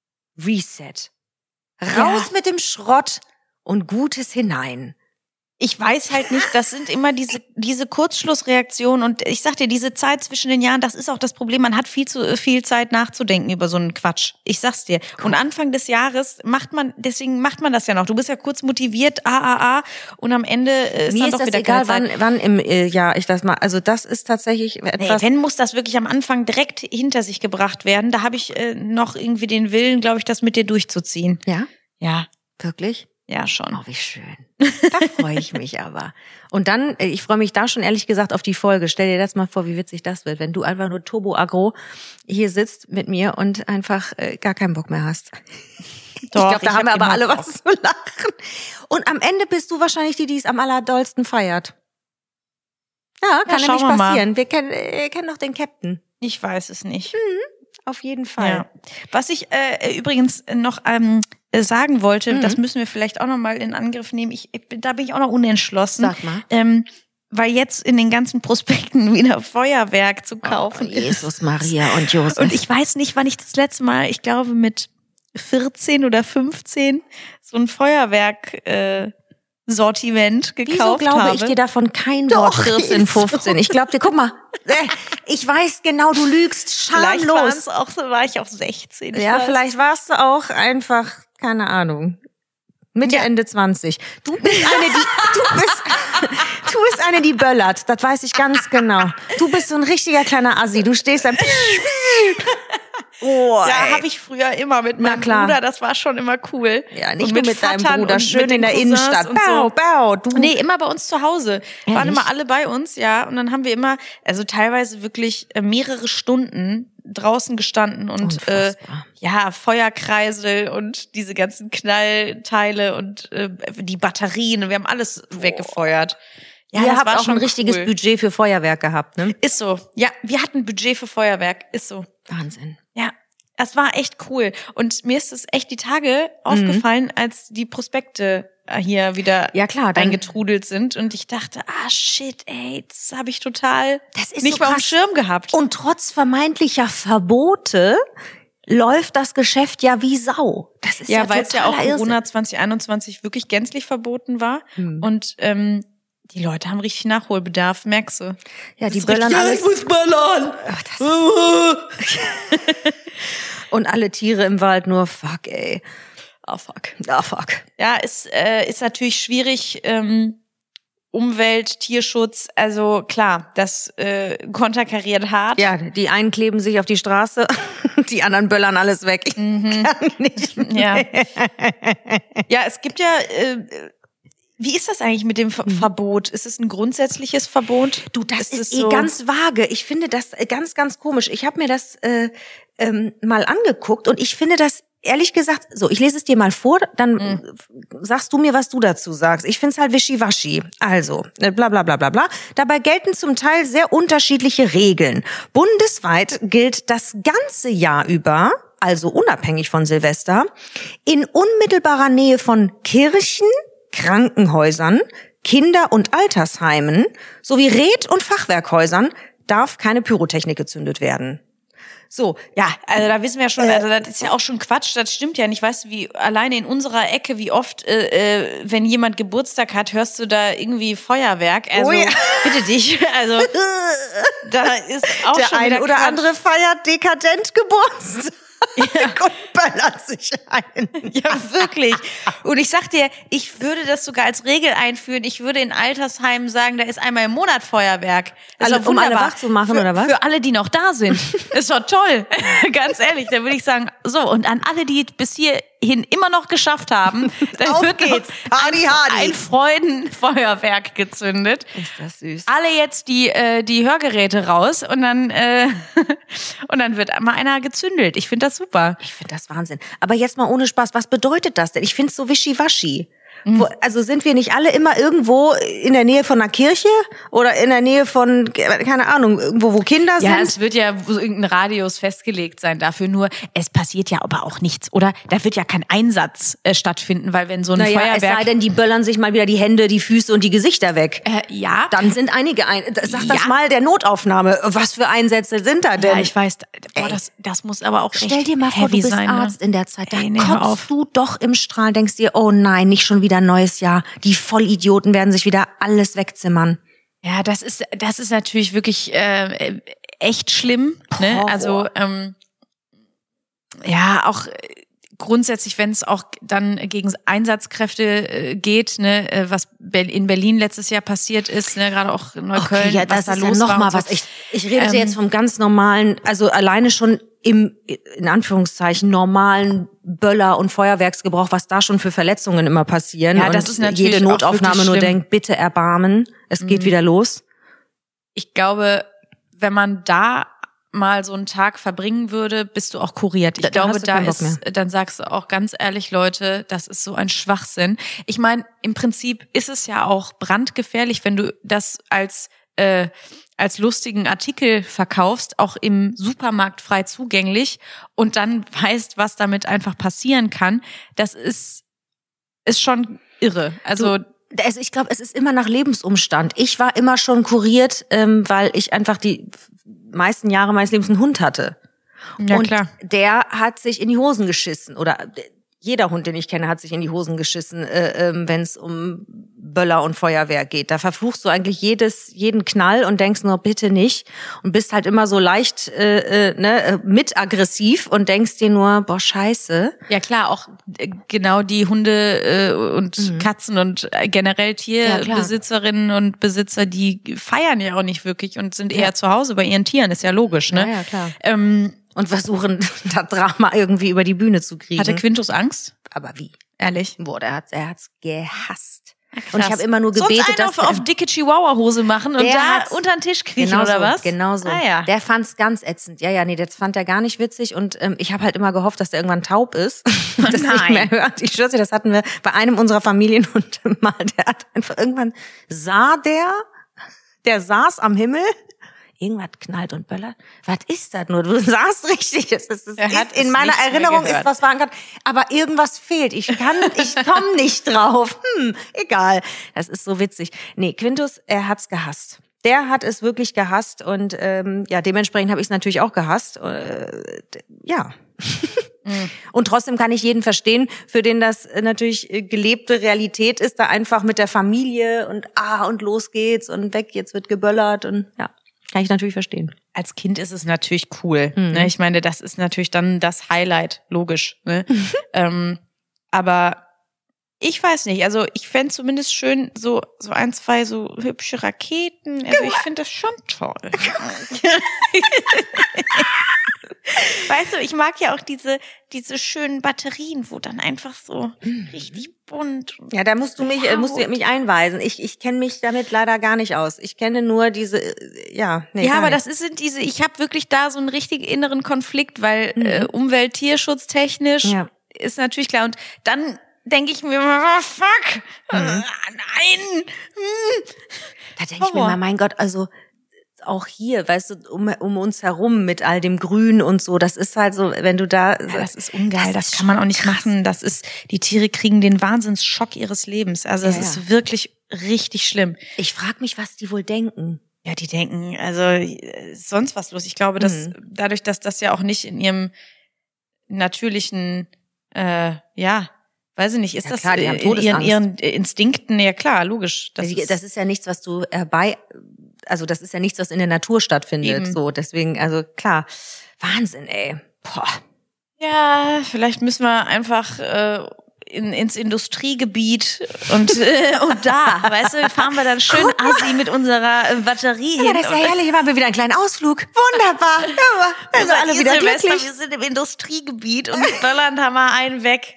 Reset. Raus Ja. mit dem Schrott und Gutes hinein. Ich weiß halt nicht, das sind immer diese, diese Kurzschlussreaktionen und ich sag dir, diese Zeit zwischen den Jahren, das ist auch das Problem. Man hat viel zu viel Zeit nachzudenken über so einen Quatsch. Ich sag's dir. Und Anfang des Jahres macht man, deswegen macht man das ja noch. Du bist ja kurz motiviert, ah, ah, ah, und am Ende äh, ist Mir dann ist doch das wieder egal, keine wann, Zeit. wann im äh, Jahr ich das mal, also das ist tatsächlich Nee, etwas. wenn muss das wirklich am Anfang direkt hinter sich gebracht werden. Da habe ich äh, noch irgendwie den Willen, glaube ich, das mit dir durchzuziehen. Ja, Ja, wirklich? ja schon. Oh, wie schön. Da freue ich mich aber. Und dann, äh, ich freue mich da schon ehrlich gesagt auf die Folge. Stell dir das mal vor, wie witzig das wird, wenn du einfach nur Turbo-Agro hier sitzt mit mir und einfach äh, gar keinen Bock mehr hast. ich Doch, glaube, da ich haben wir hab aber immer alle Bock. was zu lachen. Und am Ende bist du wahrscheinlich die, die es am allerdollsten feiert. Ja, kann ja, schauen nicht wir mal. passieren. Wir kennen, äh, kennen doch den Captain. Ich weiß es nicht. Auf jeden Fall. Ja. Was ich äh, übrigens noch ähm, äh, sagen wollte, Mhm. das müssen wir vielleicht auch noch mal in Angriff nehmen. Ich, ich bin, da bin ich auch noch unentschlossen. Sag mal. Ähm, weil jetzt in den ganzen Prospekten wieder Feuerwerk zu kaufen Oh, ist. Jesus, Maria und Josef. Und ich weiß nicht, wann ich das letzte Mal, ich glaube mit vierzehn oder fünfzehn, so ein Feuerwerk äh, Sortiment gekauft Wieso glaube habe. ich dir davon kein Doch, Wort vierzehn, ist so. fünfzehn? Ich glaube dir, guck mal, äh, ich weiß genau, du lügst Vielleicht waren's schamlos. auch, so war ich auch sechzehn. Ich Ja, weiß. vielleicht warst du auch einfach, keine Ahnung, Mitte, Ja. Ende zwanzig. Du bist eine, die, du bist, du bist eine, die böllert. Das weiß ich ganz genau. Du bist so ein richtiger kleiner Assi. Du stehst da Oh, ja, habe ich früher immer mit meinem Bruder, das war schon immer cool. Ja, nicht und nur mit, mit deinem Vatern Bruder, und schön mit den in der Cousins Innenstadt. und Bau, so. bau, du. Nee, immer bei uns zu Hause. Ehrlich? Waren immer alle bei uns, ja. Und dann haben wir immer, also teilweise wirklich äh, mehrere Stunden draußen gestanden und äh, ja, Feuerkreisel und diese ganzen Knallteile und äh, die Batterien. Wir haben alles oh. weggefeuert. Ja, Ihr das habt war auch schon ein richtiges cool. Budget für Feuerwerk gehabt, ne? Ist so. Ja, wir hatten Budget für Feuerwerk. Ist so. Wahnsinn. Ja, das war echt cool. Und mir ist es echt die Tage mhm. aufgefallen, als die Prospekte hier wieder ja, klar, dann eingetrudelt sind. Und ich dachte, ah shit, ey, das habe ich total das ist nicht so mal auf krass. dem Schirm gehabt. Und trotz vermeintlicher Verbote läuft das Geschäft ja wie Sau. Das ist ja, ja weil es ja auch Corona Irrsinn. zwanzig einundzwanzig wirklich gänzlich verboten war. Hm. Und ähm, die Leute haben richtig Nachholbedarf, merkst du? Ja, die das böllern richtig, alles. Ja, ich muss böllern. Ach, das ist und alle Tiere im Wald nur fuck, ey. Oh fuck. Ah, oh, fuck. Ja, ist, äh, ist natürlich schwierig. Ähm, Umwelt, Tierschutz, also klar, das äh, konterkariert hart. Ja, die einen kleben sich auf die Straße, die anderen böllern alles weg. Ich mhm. kann nicht mehr. Ja. ja, es gibt ja, äh, wie ist das eigentlich mit dem Ver- Verbot? Ist es ein grundsätzliches Verbot? Du, das ist, ist eh so ganz vage. Ich finde das ganz, ganz komisch. Ich habe mir das äh, ähm, mal angeguckt und ich finde das ehrlich gesagt, so, ich lese es dir mal vor, dann mhm. sagst du mir, was du dazu sagst. Ich find's halt wischiwaschi. Also, bla bla bla bla bla. Dabei gelten zum Teil sehr unterschiedliche Regeln. Bundesweit gilt das ganze Jahr über, also unabhängig von Silvester, in unmittelbarer Nähe von Kirchen, Krankenhäusern, Kinder- und Altersheimen sowie Red- und Fachwerkhäusern darf keine Pyrotechnik gezündet werden. So, ja, also da wissen wir ja schon, also das ist ja auch schon Quatsch, das stimmt ja nicht. Weißt du, wie alleine in unserer Ecke, wie oft, äh, wenn jemand Geburtstag hat, hörst du da irgendwie Feuerwerk. Also, oh ja. bitte dich, also da ist auch der schon ein wieder oder Quatsch. andere feiert dekadent Geburtstag. Ja. Und ballert sich ein. Ja, wirklich. Und ich sag dir, ich würde das sogar als Regel einführen. Ich würde in Altersheimen sagen, da ist einmal im Monat Feuerwerk. Das alle, ist doch um alle wunderbar. wach zu machen, für, oder was? Für alle, die noch da sind. Ist doch toll. Ganz ehrlich, da würde ich sagen, so, und an alle, die bis hierhin immer noch geschafft haben, da wird geht's. Party ein, ein Freudenfeuerwerk gezündet. Ist das süß. Alle jetzt die äh, die Hörgeräte raus und dann äh, und dann wird mal einer gezündelt. Ich finde das super. Ich finde das Wahnsinn. Aber jetzt mal ohne Spaß, was bedeutet das denn? Ich finde es so wischiwaschi. Mhm. Wo, also sind wir nicht alle immer irgendwo in der Nähe von einer Kirche oder in der Nähe von, keine Ahnung, irgendwo, wo Kinder sind? Ja, es wird ja so irgendein Radius festgelegt sein dafür, nur es passiert ja aber auch nichts, oder? Da wird ja kein Einsatz äh, stattfinden, weil wenn so ein naja, Feuerwerk... es sei denn, die böllern sich mal wieder die Hände, die Füße und die Gesichter weg. Äh, ja. Dann sind einige, ein sag das ja. mal der Notaufnahme. Was für Einsätze sind da denn? Ja, ich weiß, boah, das, das muss aber auch Stell dir mal vor, du bist sein, Arzt ne? in der Zeit, da Ey, nee, hör auf. kotzt du doch im Strahl, denkst dir, oh nein, nicht schon wieder ein neues Jahr. Die Vollidioten werden sich wieder alles wegzimmern. Ja, das ist das ist natürlich wirklich äh, echt schlimm. Ne? Horror. Also ähm, ja, auch grundsätzlich, wenn es auch dann gegen Einsatzkräfte äh, geht, ne, äh, was in Berlin letztes Jahr passiert ist, ne, gerade auch in Neukölln, Okay, ja, das was da ist los ja noch war mal und so. was. Ich, ich rede Ähm, jetzt vom ganz normalen, also alleine schon im, in Anführungszeichen, normalen Böller- und Feuerwerksgebrauch, was da schon für Verletzungen immer passieren. Ja, und das ist natürlich jede auch Notaufnahme wirklich nur schlimm. denkt, bitte erbarmen, es geht Mhm. wieder los. Ich glaube, wenn man da mal so einen Tag verbringen würde, bist du auch kuriert. Ich Da- da glaube, hast du da keinen Bock ist, dann sagst du auch ganz ehrlich, Leute, das ist so ein Schwachsinn. Ich meine, im Prinzip ist es ja auch brandgefährlich, wenn du das als äh, als lustigen Artikel verkaufst, auch im Supermarkt frei zugänglich und dann weißt, was damit einfach passieren kann. Das ist ist schon irre. Also Du, Also ich glaube, es ist immer nach Lebensumstand. Ich war immer schon kuriert, ähm, weil ich einfach die meisten Jahre meines Lebens einen Hund hatte. ja und klar. der hat sich in die Hosen geschissen. Oder jeder Hund, den ich kenne, hat sich in die Hosen geschissen, äh, äh, wenn es um Böller und Feuerwehr geht. Da verfluchst du eigentlich jedes, jeden Knall und denkst nur, bitte nicht. Und bist halt immer so leicht äh, äh, ne, mit aggressiv und denkst dir nur, boah, scheiße. Ja klar, auch äh, genau die Hunde äh, und Mhm. Katzen und äh, generell Ja, klar. Tierbesitzerinnen und Besitzer, die feiern ja auch nicht wirklich und sind eher Ja. zu Hause bei ihren Tieren, ist ja logisch, ne? Ja, ja, klar. Ähm, und versuchen, das Drama irgendwie über die Bühne zu kriegen. Hatte Quintus Angst? Aber wie? Ehrlich? Boah, der hat, er hat's gehasst. Ja, und ich habe immer nur gebetet, Sonst einen dass auf, auf dicke Chihuahua-Hose machen und Der da hat's- unter den Tisch kriechen genau oder so, was? Genau so. Ah, ja. Der fand's ganz ätzend. Ja, ja, nee, das fand er gar nicht witzig. Und ähm, ich habe halt immer gehofft, dass der irgendwann taub ist und das nicht Nein. mehr hört. Ich schwör's dir, das hatten wir bei einem unserer Familien und mal, der hat einfach irgendwann sah der, der saß am Himmel. Irgendwas knallt und böllert. Was ist das nur? Du sahst richtig. Das ist, das Er hat ist in es meiner nicht mehr Erinnerung ist gehört. was waren kann. Aber irgendwas fehlt. Ich kann, ich komme nicht drauf. Hm, egal. Das ist so witzig. Nee, Quintus, er hat's gehasst. Der hat es wirklich gehasst und ähm, ja, dementsprechend habe ich es natürlich auch gehasst. Äh, ja. Und trotzdem kann ich jeden verstehen, für den das äh, natürlich äh, gelebte Realität ist, da einfach mit der Familie und ah und los geht's und weg, jetzt wird geböllert und ja, kann ich natürlich verstehen. Als Kind ist es natürlich cool. Mhm. Ne? Ich meine, das ist natürlich dann das Highlight, logisch. Ne? ähm, aber ich weiß nicht, also ich fände zumindest schön so so ein, zwei so hübsche Raketen. Also ich finde das schon toll. Weißt du, ich mag ja auch diese diese schönen Batterien, wo dann einfach so richtig bunt. und Ja, da musst du mich, äh, musst du mich einweisen. Ich, ich kenne mich damit leider gar nicht aus. Ich kenne nur diese, äh, ja, nee, Ja, gar aber nicht. das ist- sind diese, ich habe wirklich da so einen richtig inneren Konflikt, weil Mhm. äh, Umwelt, Tierschutztechnisch Ja. ist natürlich klar. Und dann denke ich mir, oh, fuck, äh, nein. Hm. Da denke ich mir Horror. mal, mein Gott, also auch hier, weißt du, um, um uns herum mit all dem Grün und so, das ist halt so, wenn du da... Ja, das ist ungeil, das, ist kann man auch nicht schon krass. machen. Das ist, die Tiere kriegen den Wahnsinnsschock ihres Lebens. Also das Ja, ja. ist wirklich richtig schlimm. Ich frage mich, was die wohl denken. Ja, die denken, also äh, sonst was los. Ich glaube, dass Mhm. dadurch, dass das ja auch nicht in ihrem natürlichen, äh, ja, weiß ich nicht, ist Ja, das klar, die haben in ihren, Todesangst. ihren Instinkten, ja klar, logisch. Das, Das, ist, das ist ja nichts, was du herbei... Also das ist ja nichts, was in der Natur stattfindet. Eben. So, deswegen, also klar, Wahnsinn, ey. Boah. ja, vielleicht müssen wir einfach äh, in, ins Industriegebiet und, äh, und da, weißt du, fahren wir dann schön assi mit unserer äh, Batterie Ja, hin. das ist ja und- herrlich, machen wir wieder einen kleinen Ausflug. Wunderbar. Ja, also Also alle wieder Silvester, glücklich. wir sind im Industriegebiet und böllern da mal einen weg.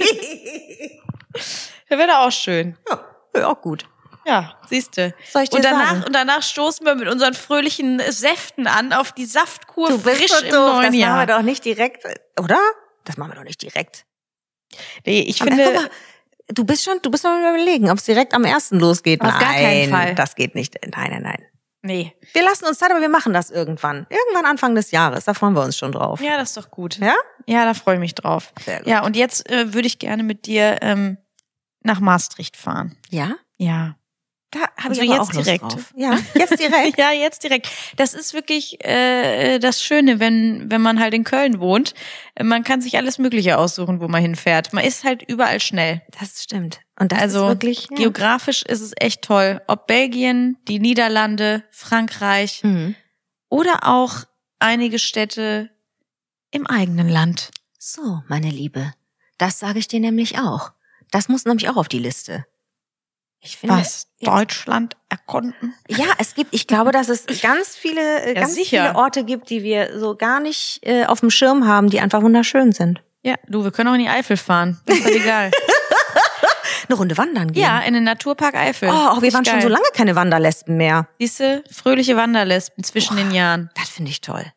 Da wäre auch schön. Ja, ja, auch gut. Ja, siehste. Soll ich dir und danach sagen? und danach stoßen wir mit unseren fröhlichen Säften an auf die Saftkur Du bist frisch so im doof. neuen Das Jahr. machen wir doch nicht direkt, oder? Das machen wir doch nicht direkt. Nee, ich Aber finde, guck mal, du bist schon, du bist noch mal überlegen, ob es direkt am ersten losgeht. Auf nein, gar keinen Fall. Das geht nicht. Nein, nein, nein. nee. Wir lassen uns Zeit, aber wir machen das irgendwann. Irgendwann Anfang des Jahres. Da freuen wir uns schon drauf. Ja, das ist doch gut. Ja? Ja, da freue ich mich drauf. Sehr gut. Ja, und jetzt äh, würde ich gerne mit dir ähm, nach Maastricht fahren. Ja? Ja. Da habe ich Also aber jetzt auch Lust direkt. drauf. Ja, jetzt direkt. Ja, jetzt direkt. Das ist wirklich äh, das Schöne, wenn wenn man halt in Köln wohnt. Man kann sich alles Mögliche aussuchen, wo man hinfährt. Man ist halt überall schnell. Das stimmt. Und das Also ist wirklich... Ja. geografisch ist es echt toll. Ob Belgien, die Niederlande, Frankreich Mhm. oder auch einige Städte im eigenen Land. So, meine Liebe, das sage ich dir nämlich auch. Das muss nämlich auch auf die Liste. Ich finde, Was? Deutschland erkunden? ja, es gibt, ich glaube, dass es ganz viele, äh, Ja, ganz sicher. viele Orte gibt, die wir so gar nicht äh, auf dem Schirm haben, die einfach wunderschön sind. Ja, du, wir können auch in die Eifel fahren. Das ist halt egal. Eine Runde wandern gehen. Ja, in den Naturpark Eifel. Oh, auch wir waren schon so lange keine Wanderlesben mehr. Siehste, fröhliche Wanderlesben zwischen den Jahren. Das finde ich toll.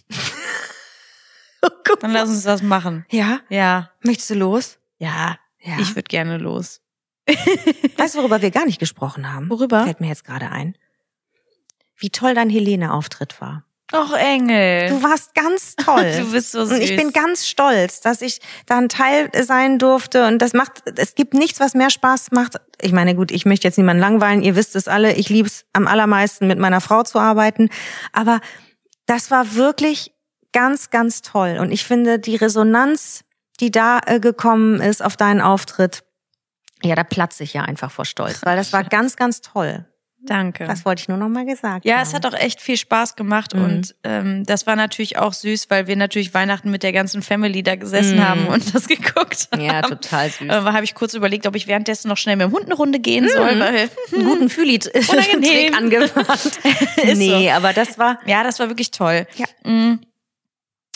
Oh, guck Dann mal. lass uns das machen. Ja, Ja, möchtest du los? ja, Ja. ich würde gerne los. Weißt du, worüber wir gar nicht gesprochen haben? Worüber? Fällt mir jetzt gerade ein. Wie toll dein Helene-Auftritt war. Och, Engel. Du warst ganz toll. Du bist so süß. Und ich bin ganz stolz, dass ich da ein Teil sein durfte. Und das macht, es gibt nichts, was mehr Spaß macht. Ich meine, gut, ich möchte jetzt niemanden langweilen. Ihr wisst es alle. Ich liebe es am allermeisten, mit meiner Frau zu arbeiten. Aber das war wirklich ganz, ganz toll. Und ich finde, die Resonanz, die da äh, gekommen ist auf deinen Auftritt, ja, da platze ich ja einfach vor Stolz. Weil das war ganz, ganz toll. Danke. Das wollte ich nur noch mal gesagt Ja, haben. es hat auch echt viel Spaß gemacht Mhm. und ähm, das war natürlich auch süß, weil wir natürlich Weihnachten mit der ganzen Family da gesessen Mhm. haben und das geguckt haben. Ja, total süß. Äh, habe ich kurz überlegt, ob ich währenddessen noch schnell mit dem Hund eine Runde gehen soll, weil einen guten Fühli-Trick Unangenehm. angewandt. Ist Nee, aber das war... ja, das war wirklich toll. Ja. Mm.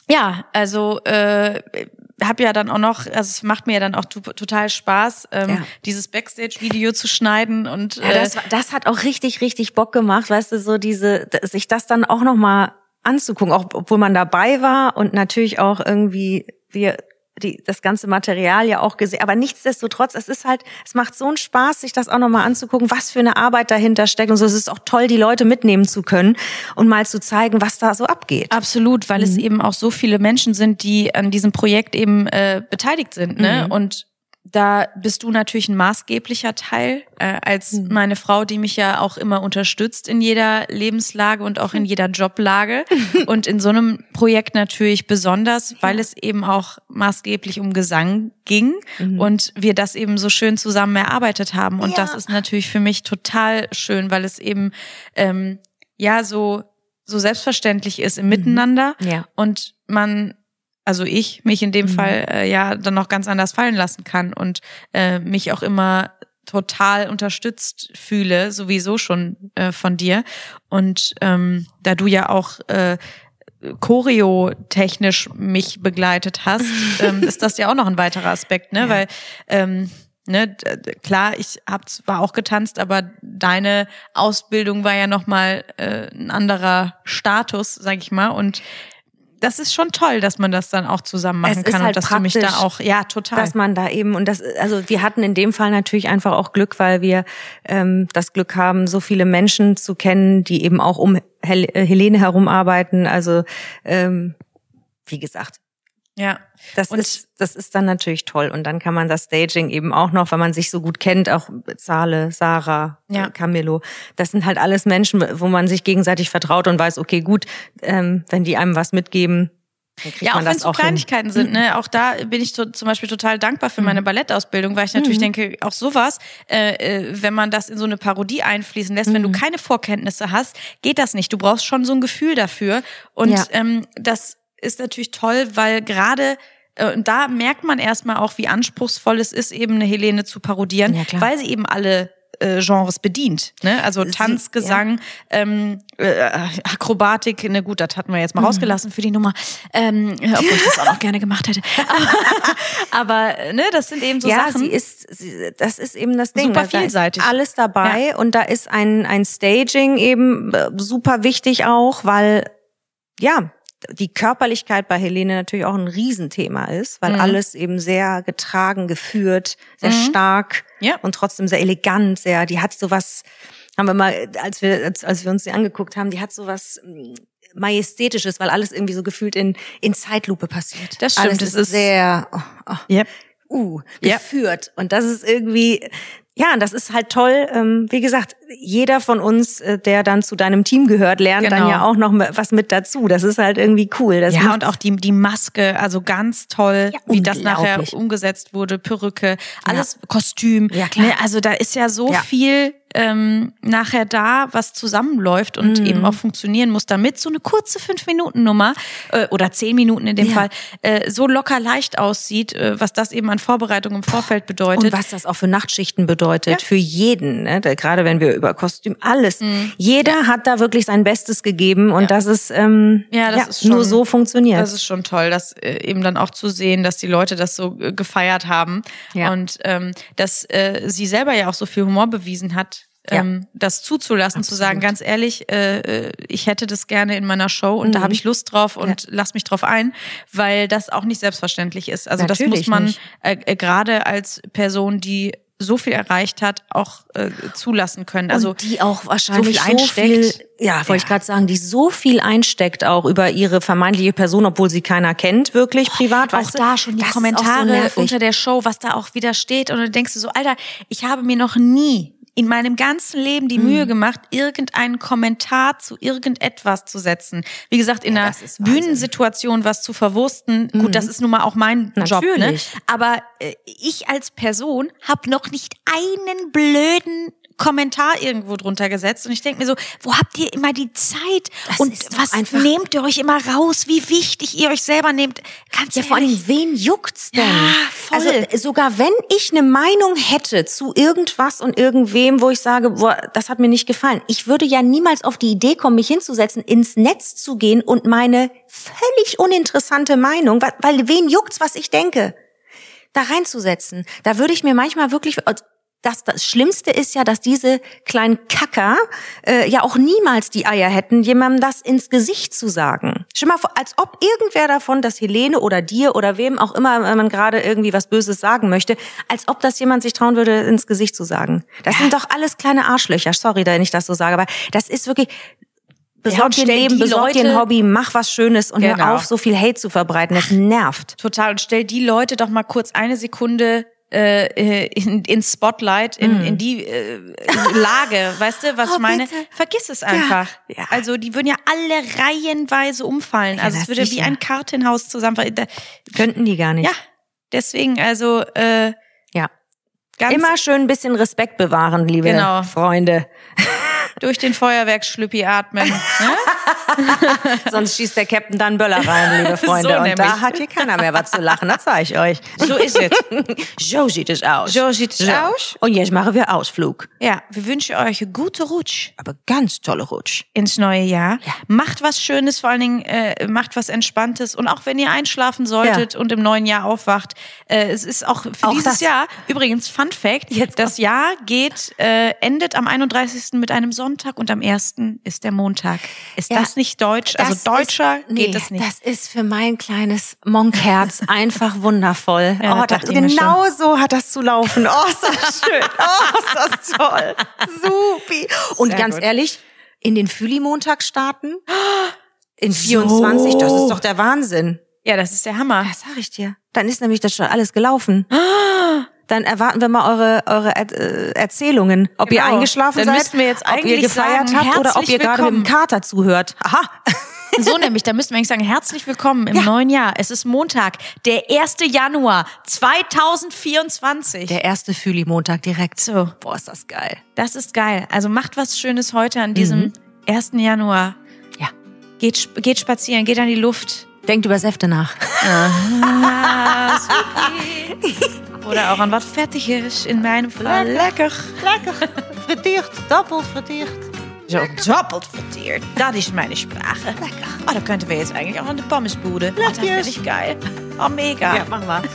ja, also äh, habe ja dann auch noch, also es macht mir ja dann auch total Spaß, ähm, ja. dieses Backstage-Video zu schneiden und äh, ja, das, das hat auch richtig, richtig Bock gemacht, weißt du, so diese, sich das dann auch nochmal anzugucken, auch obwohl man dabei war und natürlich auch irgendwie wir die das ganze Material ja auch gesehen, aber nichtsdestotrotz, es ist halt, es macht so einen Spaß, sich das auch nochmal anzugucken, was für eine Arbeit dahinter steckt und so. Es ist auch toll, die Leute mitnehmen zu können und mal zu zeigen, was da so abgeht. Absolut, weil mhm. es eben auch so viele Menschen sind, die an diesem Projekt eben äh, beteiligt sind, ne? Mhm. Und da bist du natürlich ein maßgeblicher Teil, äh, als mhm. meine Frau, die mich ja auch immer unterstützt in jeder Lebenslage und auch in jeder Joblage. Und in so einem Projekt natürlich besonders, weil es eben auch maßgeblich um Gesang ging mhm. und wir das eben so schön zusammen erarbeitet haben. Und ja. das ist natürlich für mich total schön, weil es eben ähm, ja so so selbstverständlich ist im mhm. Miteinander ja. und man also ich mich in dem mhm. Fall äh, ja dann noch ganz anders fallen lassen kann und äh, mich auch immer total unterstützt fühle, sowieso schon äh, von dir. Und ähm, da du ja auch äh, choreo-technisch mich begleitet hast, ähm, ist das ja auch noch ein weiterer Aspekt, ne? Ja. Weil ähm, ne, klar, ich hab zwar auch getanzt, aber deine Ausbildung war ja nochmal äh, ein anderer Status, sag ich mal. Und das ist schon toll, dass man das dann auch zusammen machen kann halt und dass du mich da auch, ja, total. Dass man da eben, und das, also wir hatten in dem Fall natürlich einfach auch Glück, weil wir ähm, das Glück haben, so viele Menschen zu kennen, die eben auch um Hel- Helene herum arbeiten. Also ähm, wie gesagt. Ja. Das und ist, das ist dann natürlich toll. Und dann kann man das Staging eben auch noch, weil man sich so gut kennt, auch Zale, Sarah, ja. Camillo. Das sind halt alles Menschen, wo man sich gegenseitig vertraut und weiß, okay, gut, ähm, wenn die einem was mitgeben, dann kriegt ja, man auch wenn das es so auch Kleinigkeiten hin. sind, ne? Auch da bin ich to- zum Beispiel total dankbar für meine Ballettausbildung, weil ich natürlich mhm. denke, auch sowas, äh, wenn man das in so eine Parodie einfließen lässt, mhm. wenn du keine Vorkenntnisse hast, geht das nicht. Du brauchst schon so ein Gefühl dafür. Und ja. ähm, das ist natürlich toll, weil gerade äh, da merkt man erstmal auch, wie anspruchsvoll es ist, eben eine Helene zu parodieren, ja, weil sie eben alle äh, Genres bedient, ne? Also Tanz, sie, Gesang, ja. ähm, äh, Akrobatik, ne gut, das hatten wir jetzt mal mhm. rausgelassen für die Nummer, ähm, obwohl ich das auch noch gerne gemacht hätte. Aber, aber ne, das sind eben so ja, Sachen. Sie ist, sie, das ist eben das Ding. Super vielseitig. Da ist alles dabei ja. und da ist ein ein Staging eben super wichtig auch, weil ja die Körperlichkeit bei Helene natürlich auch ein Riesenthema ist, weil mhm. alles eben sehr getragen, geführt, sehr mhm. stark ja. und trotzdem sehr elegant, sehr, die hat sowas, haben wir mal, als wir, als, als wir uns die angeguckt haben, die hat sowas Majestätisches, weil alles irgendwie so gefühlt in, in Zeitlupe passiert. Das stimmt. Alles ist, ist sehr, oh, oh, yep. uh, yep. geführt. Und das ist irgendwie, ja, das ist halt toll. Ähm, wie gesagt, jeder von uns, äh, der dann zu deinem Team gehört, lernt genau. dann ja auch noch was mit dazu. Das ist halt irgendwie cool. Das ja, und auch die die Maske, also ganz toll, ja, wie das nachher umgesetzt wurde, Perücke, alles ja. Kostüm. Ja, klar. Ne, also da ist ja so ja. viel ähm, nachher da, was zusammenläuft und mhm. eben auch funktionieren muss, damit so eine kurze fünf-Minuten-Nummer äh, oder zehn Minuten in dem ja. Fall äh, so locker leicht aussieht, äh, was das eben an Vorbereitung im Vorfeld bedeutet. Und was das auch für Nachtschichten bedeutet, ja. für jeden. Ne? Da, gerade wenn wir über Kostüm, alles. Mhm. Jeder hat da wirklich sein Bestes gegeben und ja. das ist, ähm, ja, das ja, ist schon, nur so funktioniert. Das ist schon toll, das äh, eben dann auch zu sehen, dass die Leute das so äh, gefeiert haben ja. und ähm, dass äh, sie selber ja auch so viel Humor bewiesen hat. Ja. Ähm, das zuzulassen, Absolut. Zu sagen, ganz ehrlich, äh, ich hätte das gerne in meiner Show und mhm. da habe ich Lust drauf und ja. lass mich drauf ein, weil das auch nicht selbstverständlich ist. Also Natürlich das muss man äh, äh, gerade als Person, die so viel erreicht hat, auch äh, zulassen können. Also und die auch wahrscheinlich so viel einsteckt. So viel, ja, wollte ja. ich gerade sagen, die so viel einsteckt auch über ihre vermeintliche Person, obwohl sie keiner kennt, wirklich oh, privat. Auch weißt da du? schon die das Kommentare so unter der Show, was da auch wieder steht und dann denkst du so, Alter, ich habe mir noch nie in meinem ganzen Leben die Mühe gemacht, irgendeinen Kommentar zu irgendetwas zu setzen. Wie gesagt, in ja, einer Bühnensituation was zu verwursten, mhm. gut, das ist nun mal auch mein Job, ne? Aber äh, ich als Person habe noch nicht einen blöden Kommentar irgendwo drunter gesetzt. Und ich denke mir so, wo habt ihr immer die Zeit? Das und ist doch was einfach- nehmt ihr euch immer raus? Wie wichtig ihr euch selber nehmt? Ganz Ja, vor allen ehrlich. Dingen, wen juckt's denn? Ja, voll. Also sogar wenn ich eine Meinung hätte zu irgendwas und irgendwem, wo ich sage, boah, das hat mir nicht gefallen, ich würde ja niemals auf die Idee kommen, mich hinzusetzen, ins Netz zu gehen und meine völlig uninteressante Meinung, weil, weil wen juckt's, was ich denke, da reinzusetzen. Da würde ich mir manchmal wirklich... Das, das Schlimmste ist ja, dass diese kleinen Kacker äh, ja auch niemals die Eier hätten, jemandem das ins Gesicht zu sagen. Stell mal vor, als ob irgendwer davon, dass Helene oder dir oder wem auch immer wenn man gerade irgendwie was Böses sagen möchte, als ob das jemand sich trauen würde, ins Gesicht zu sagen. Das sind doch alles kleine Arschlöcher. Sorry, wenn ich das so sage, aber das ist wirklich... Besorg und dir ein stell Leben, die besorg dir ein Leute- Hobby, mach was Schönes und Genau. hör auf, so viel Hate zu verbreiten. Das nervt. Total. Und stell die Leute doch mal kurz eine Sekunde äh, in, in Spotlight, in, in die äh, Lage, weißt du, was Oh, ich meine? bitte. Vergiss es einfach. ja. Also die würden ja alle reihenweise umfallen. Ja, also das es würde wie sicher. ein Kartenhaus zusammenfallen. Da- Könnten die gar nicht. Ja, deswegen also äh, Ja. ganz Immer schön ein bisschen Respekt bewahren, liebe Genau. Freunde. durch den Feuerwerksschlüppi atmen. Ne? Sonst schießt der Captain dann Böller rein, liebe Freunde. So und nämlich. da hat hier keiner mehr was zu lachen, das sage ich euch. So ist es. So sieht es aus. So sieht es aus. Und jetzt machen wir Ausflug. Ja, wir wünschen euch einen guten Rutsch Aber ganz tolle Rutsch. ins neue Jahr. Ja. Macht was Schönes, vor allen Dingen äh, macht was Entspanntes. Und auch wenn ihr einschlafen solltet Ja. und im neuen Jahr aufwacht, äh, es ist auch für Auch dieses das. Jahr, übrigens Fun Fact, Jetzt das Jahr geht, äh, endet am einunddreißigsten mit einem Sonntag und am ersten ist der Montag. Ist Ja. das nicht deutsch? Also Das deutscher ist, nee, geht es nicht. Das ist für mein kleines Monkherz einfach wundervoll. Ja, oh, das, dachte ich mir genau so hat das zu laufen. Oh, ist das schön. Oh, ist das toll. Supi. Und Sehr ganz gut. ehrlich, in den Füli-Montag starten, in vierundzwanzig, das ist doch der Wahnsinn. Ja, das ist der Hammer. Das sag ich dir. Dann ist nämlich das schon alles gelaufen. Dann erwarten wir mal eure eure Er- äh, Erzählungen, ob ihr Genau. eingeschlafen Dann seid, müssten wir jetzt ob ihr eigentlich gefeiert sagen, habt oder ob herzlich ihr gerade mit dem willkommen. Kater zuhört. Aha. So nämlich, da müssten wir eigentlich sagen, herzlich willkommen im Ja. neuen Jahr. Es ist Montag, der erste Januar zweitausendvierundzwanzig. Der erste Füli-Montag direkt. So. Boah, ist das geil. Das ist geil. Also macht was Schönes heute an diesem Mhm. ersten Januar. Ja. Geht, sp- geht spazieren, geht an die Luft. Denkt über Säfte nach. Ah, supi. Oder auch an was Fettiges, in meinem Fall lecker. Lecker. Frittiert. Doppelt frittiert. So doppelt frittiert. Das ist meine Sprache. Lecker. Oh, da könnten wir jetzt eigentlich auch an die Pommesbude. Oh, das finde ich geil. Oh, mega. Ja, machen wir.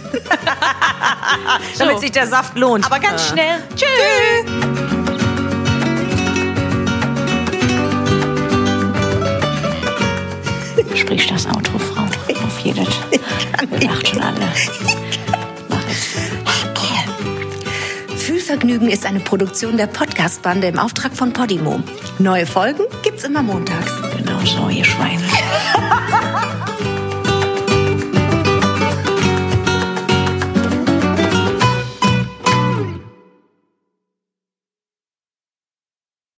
Damit sich der Saft lohnt. Aber ganz Ah. schnell. Tschüss. Sprich das Outro, Frau. Auf jedes. Wir lacht schon alle. Mach es. Fühlvergnügen ist eine Produktion der Podcast-Bande im Auftrag von Podimo. Neue Folgen gibt's immer montags. Genau so, ihr Schweine.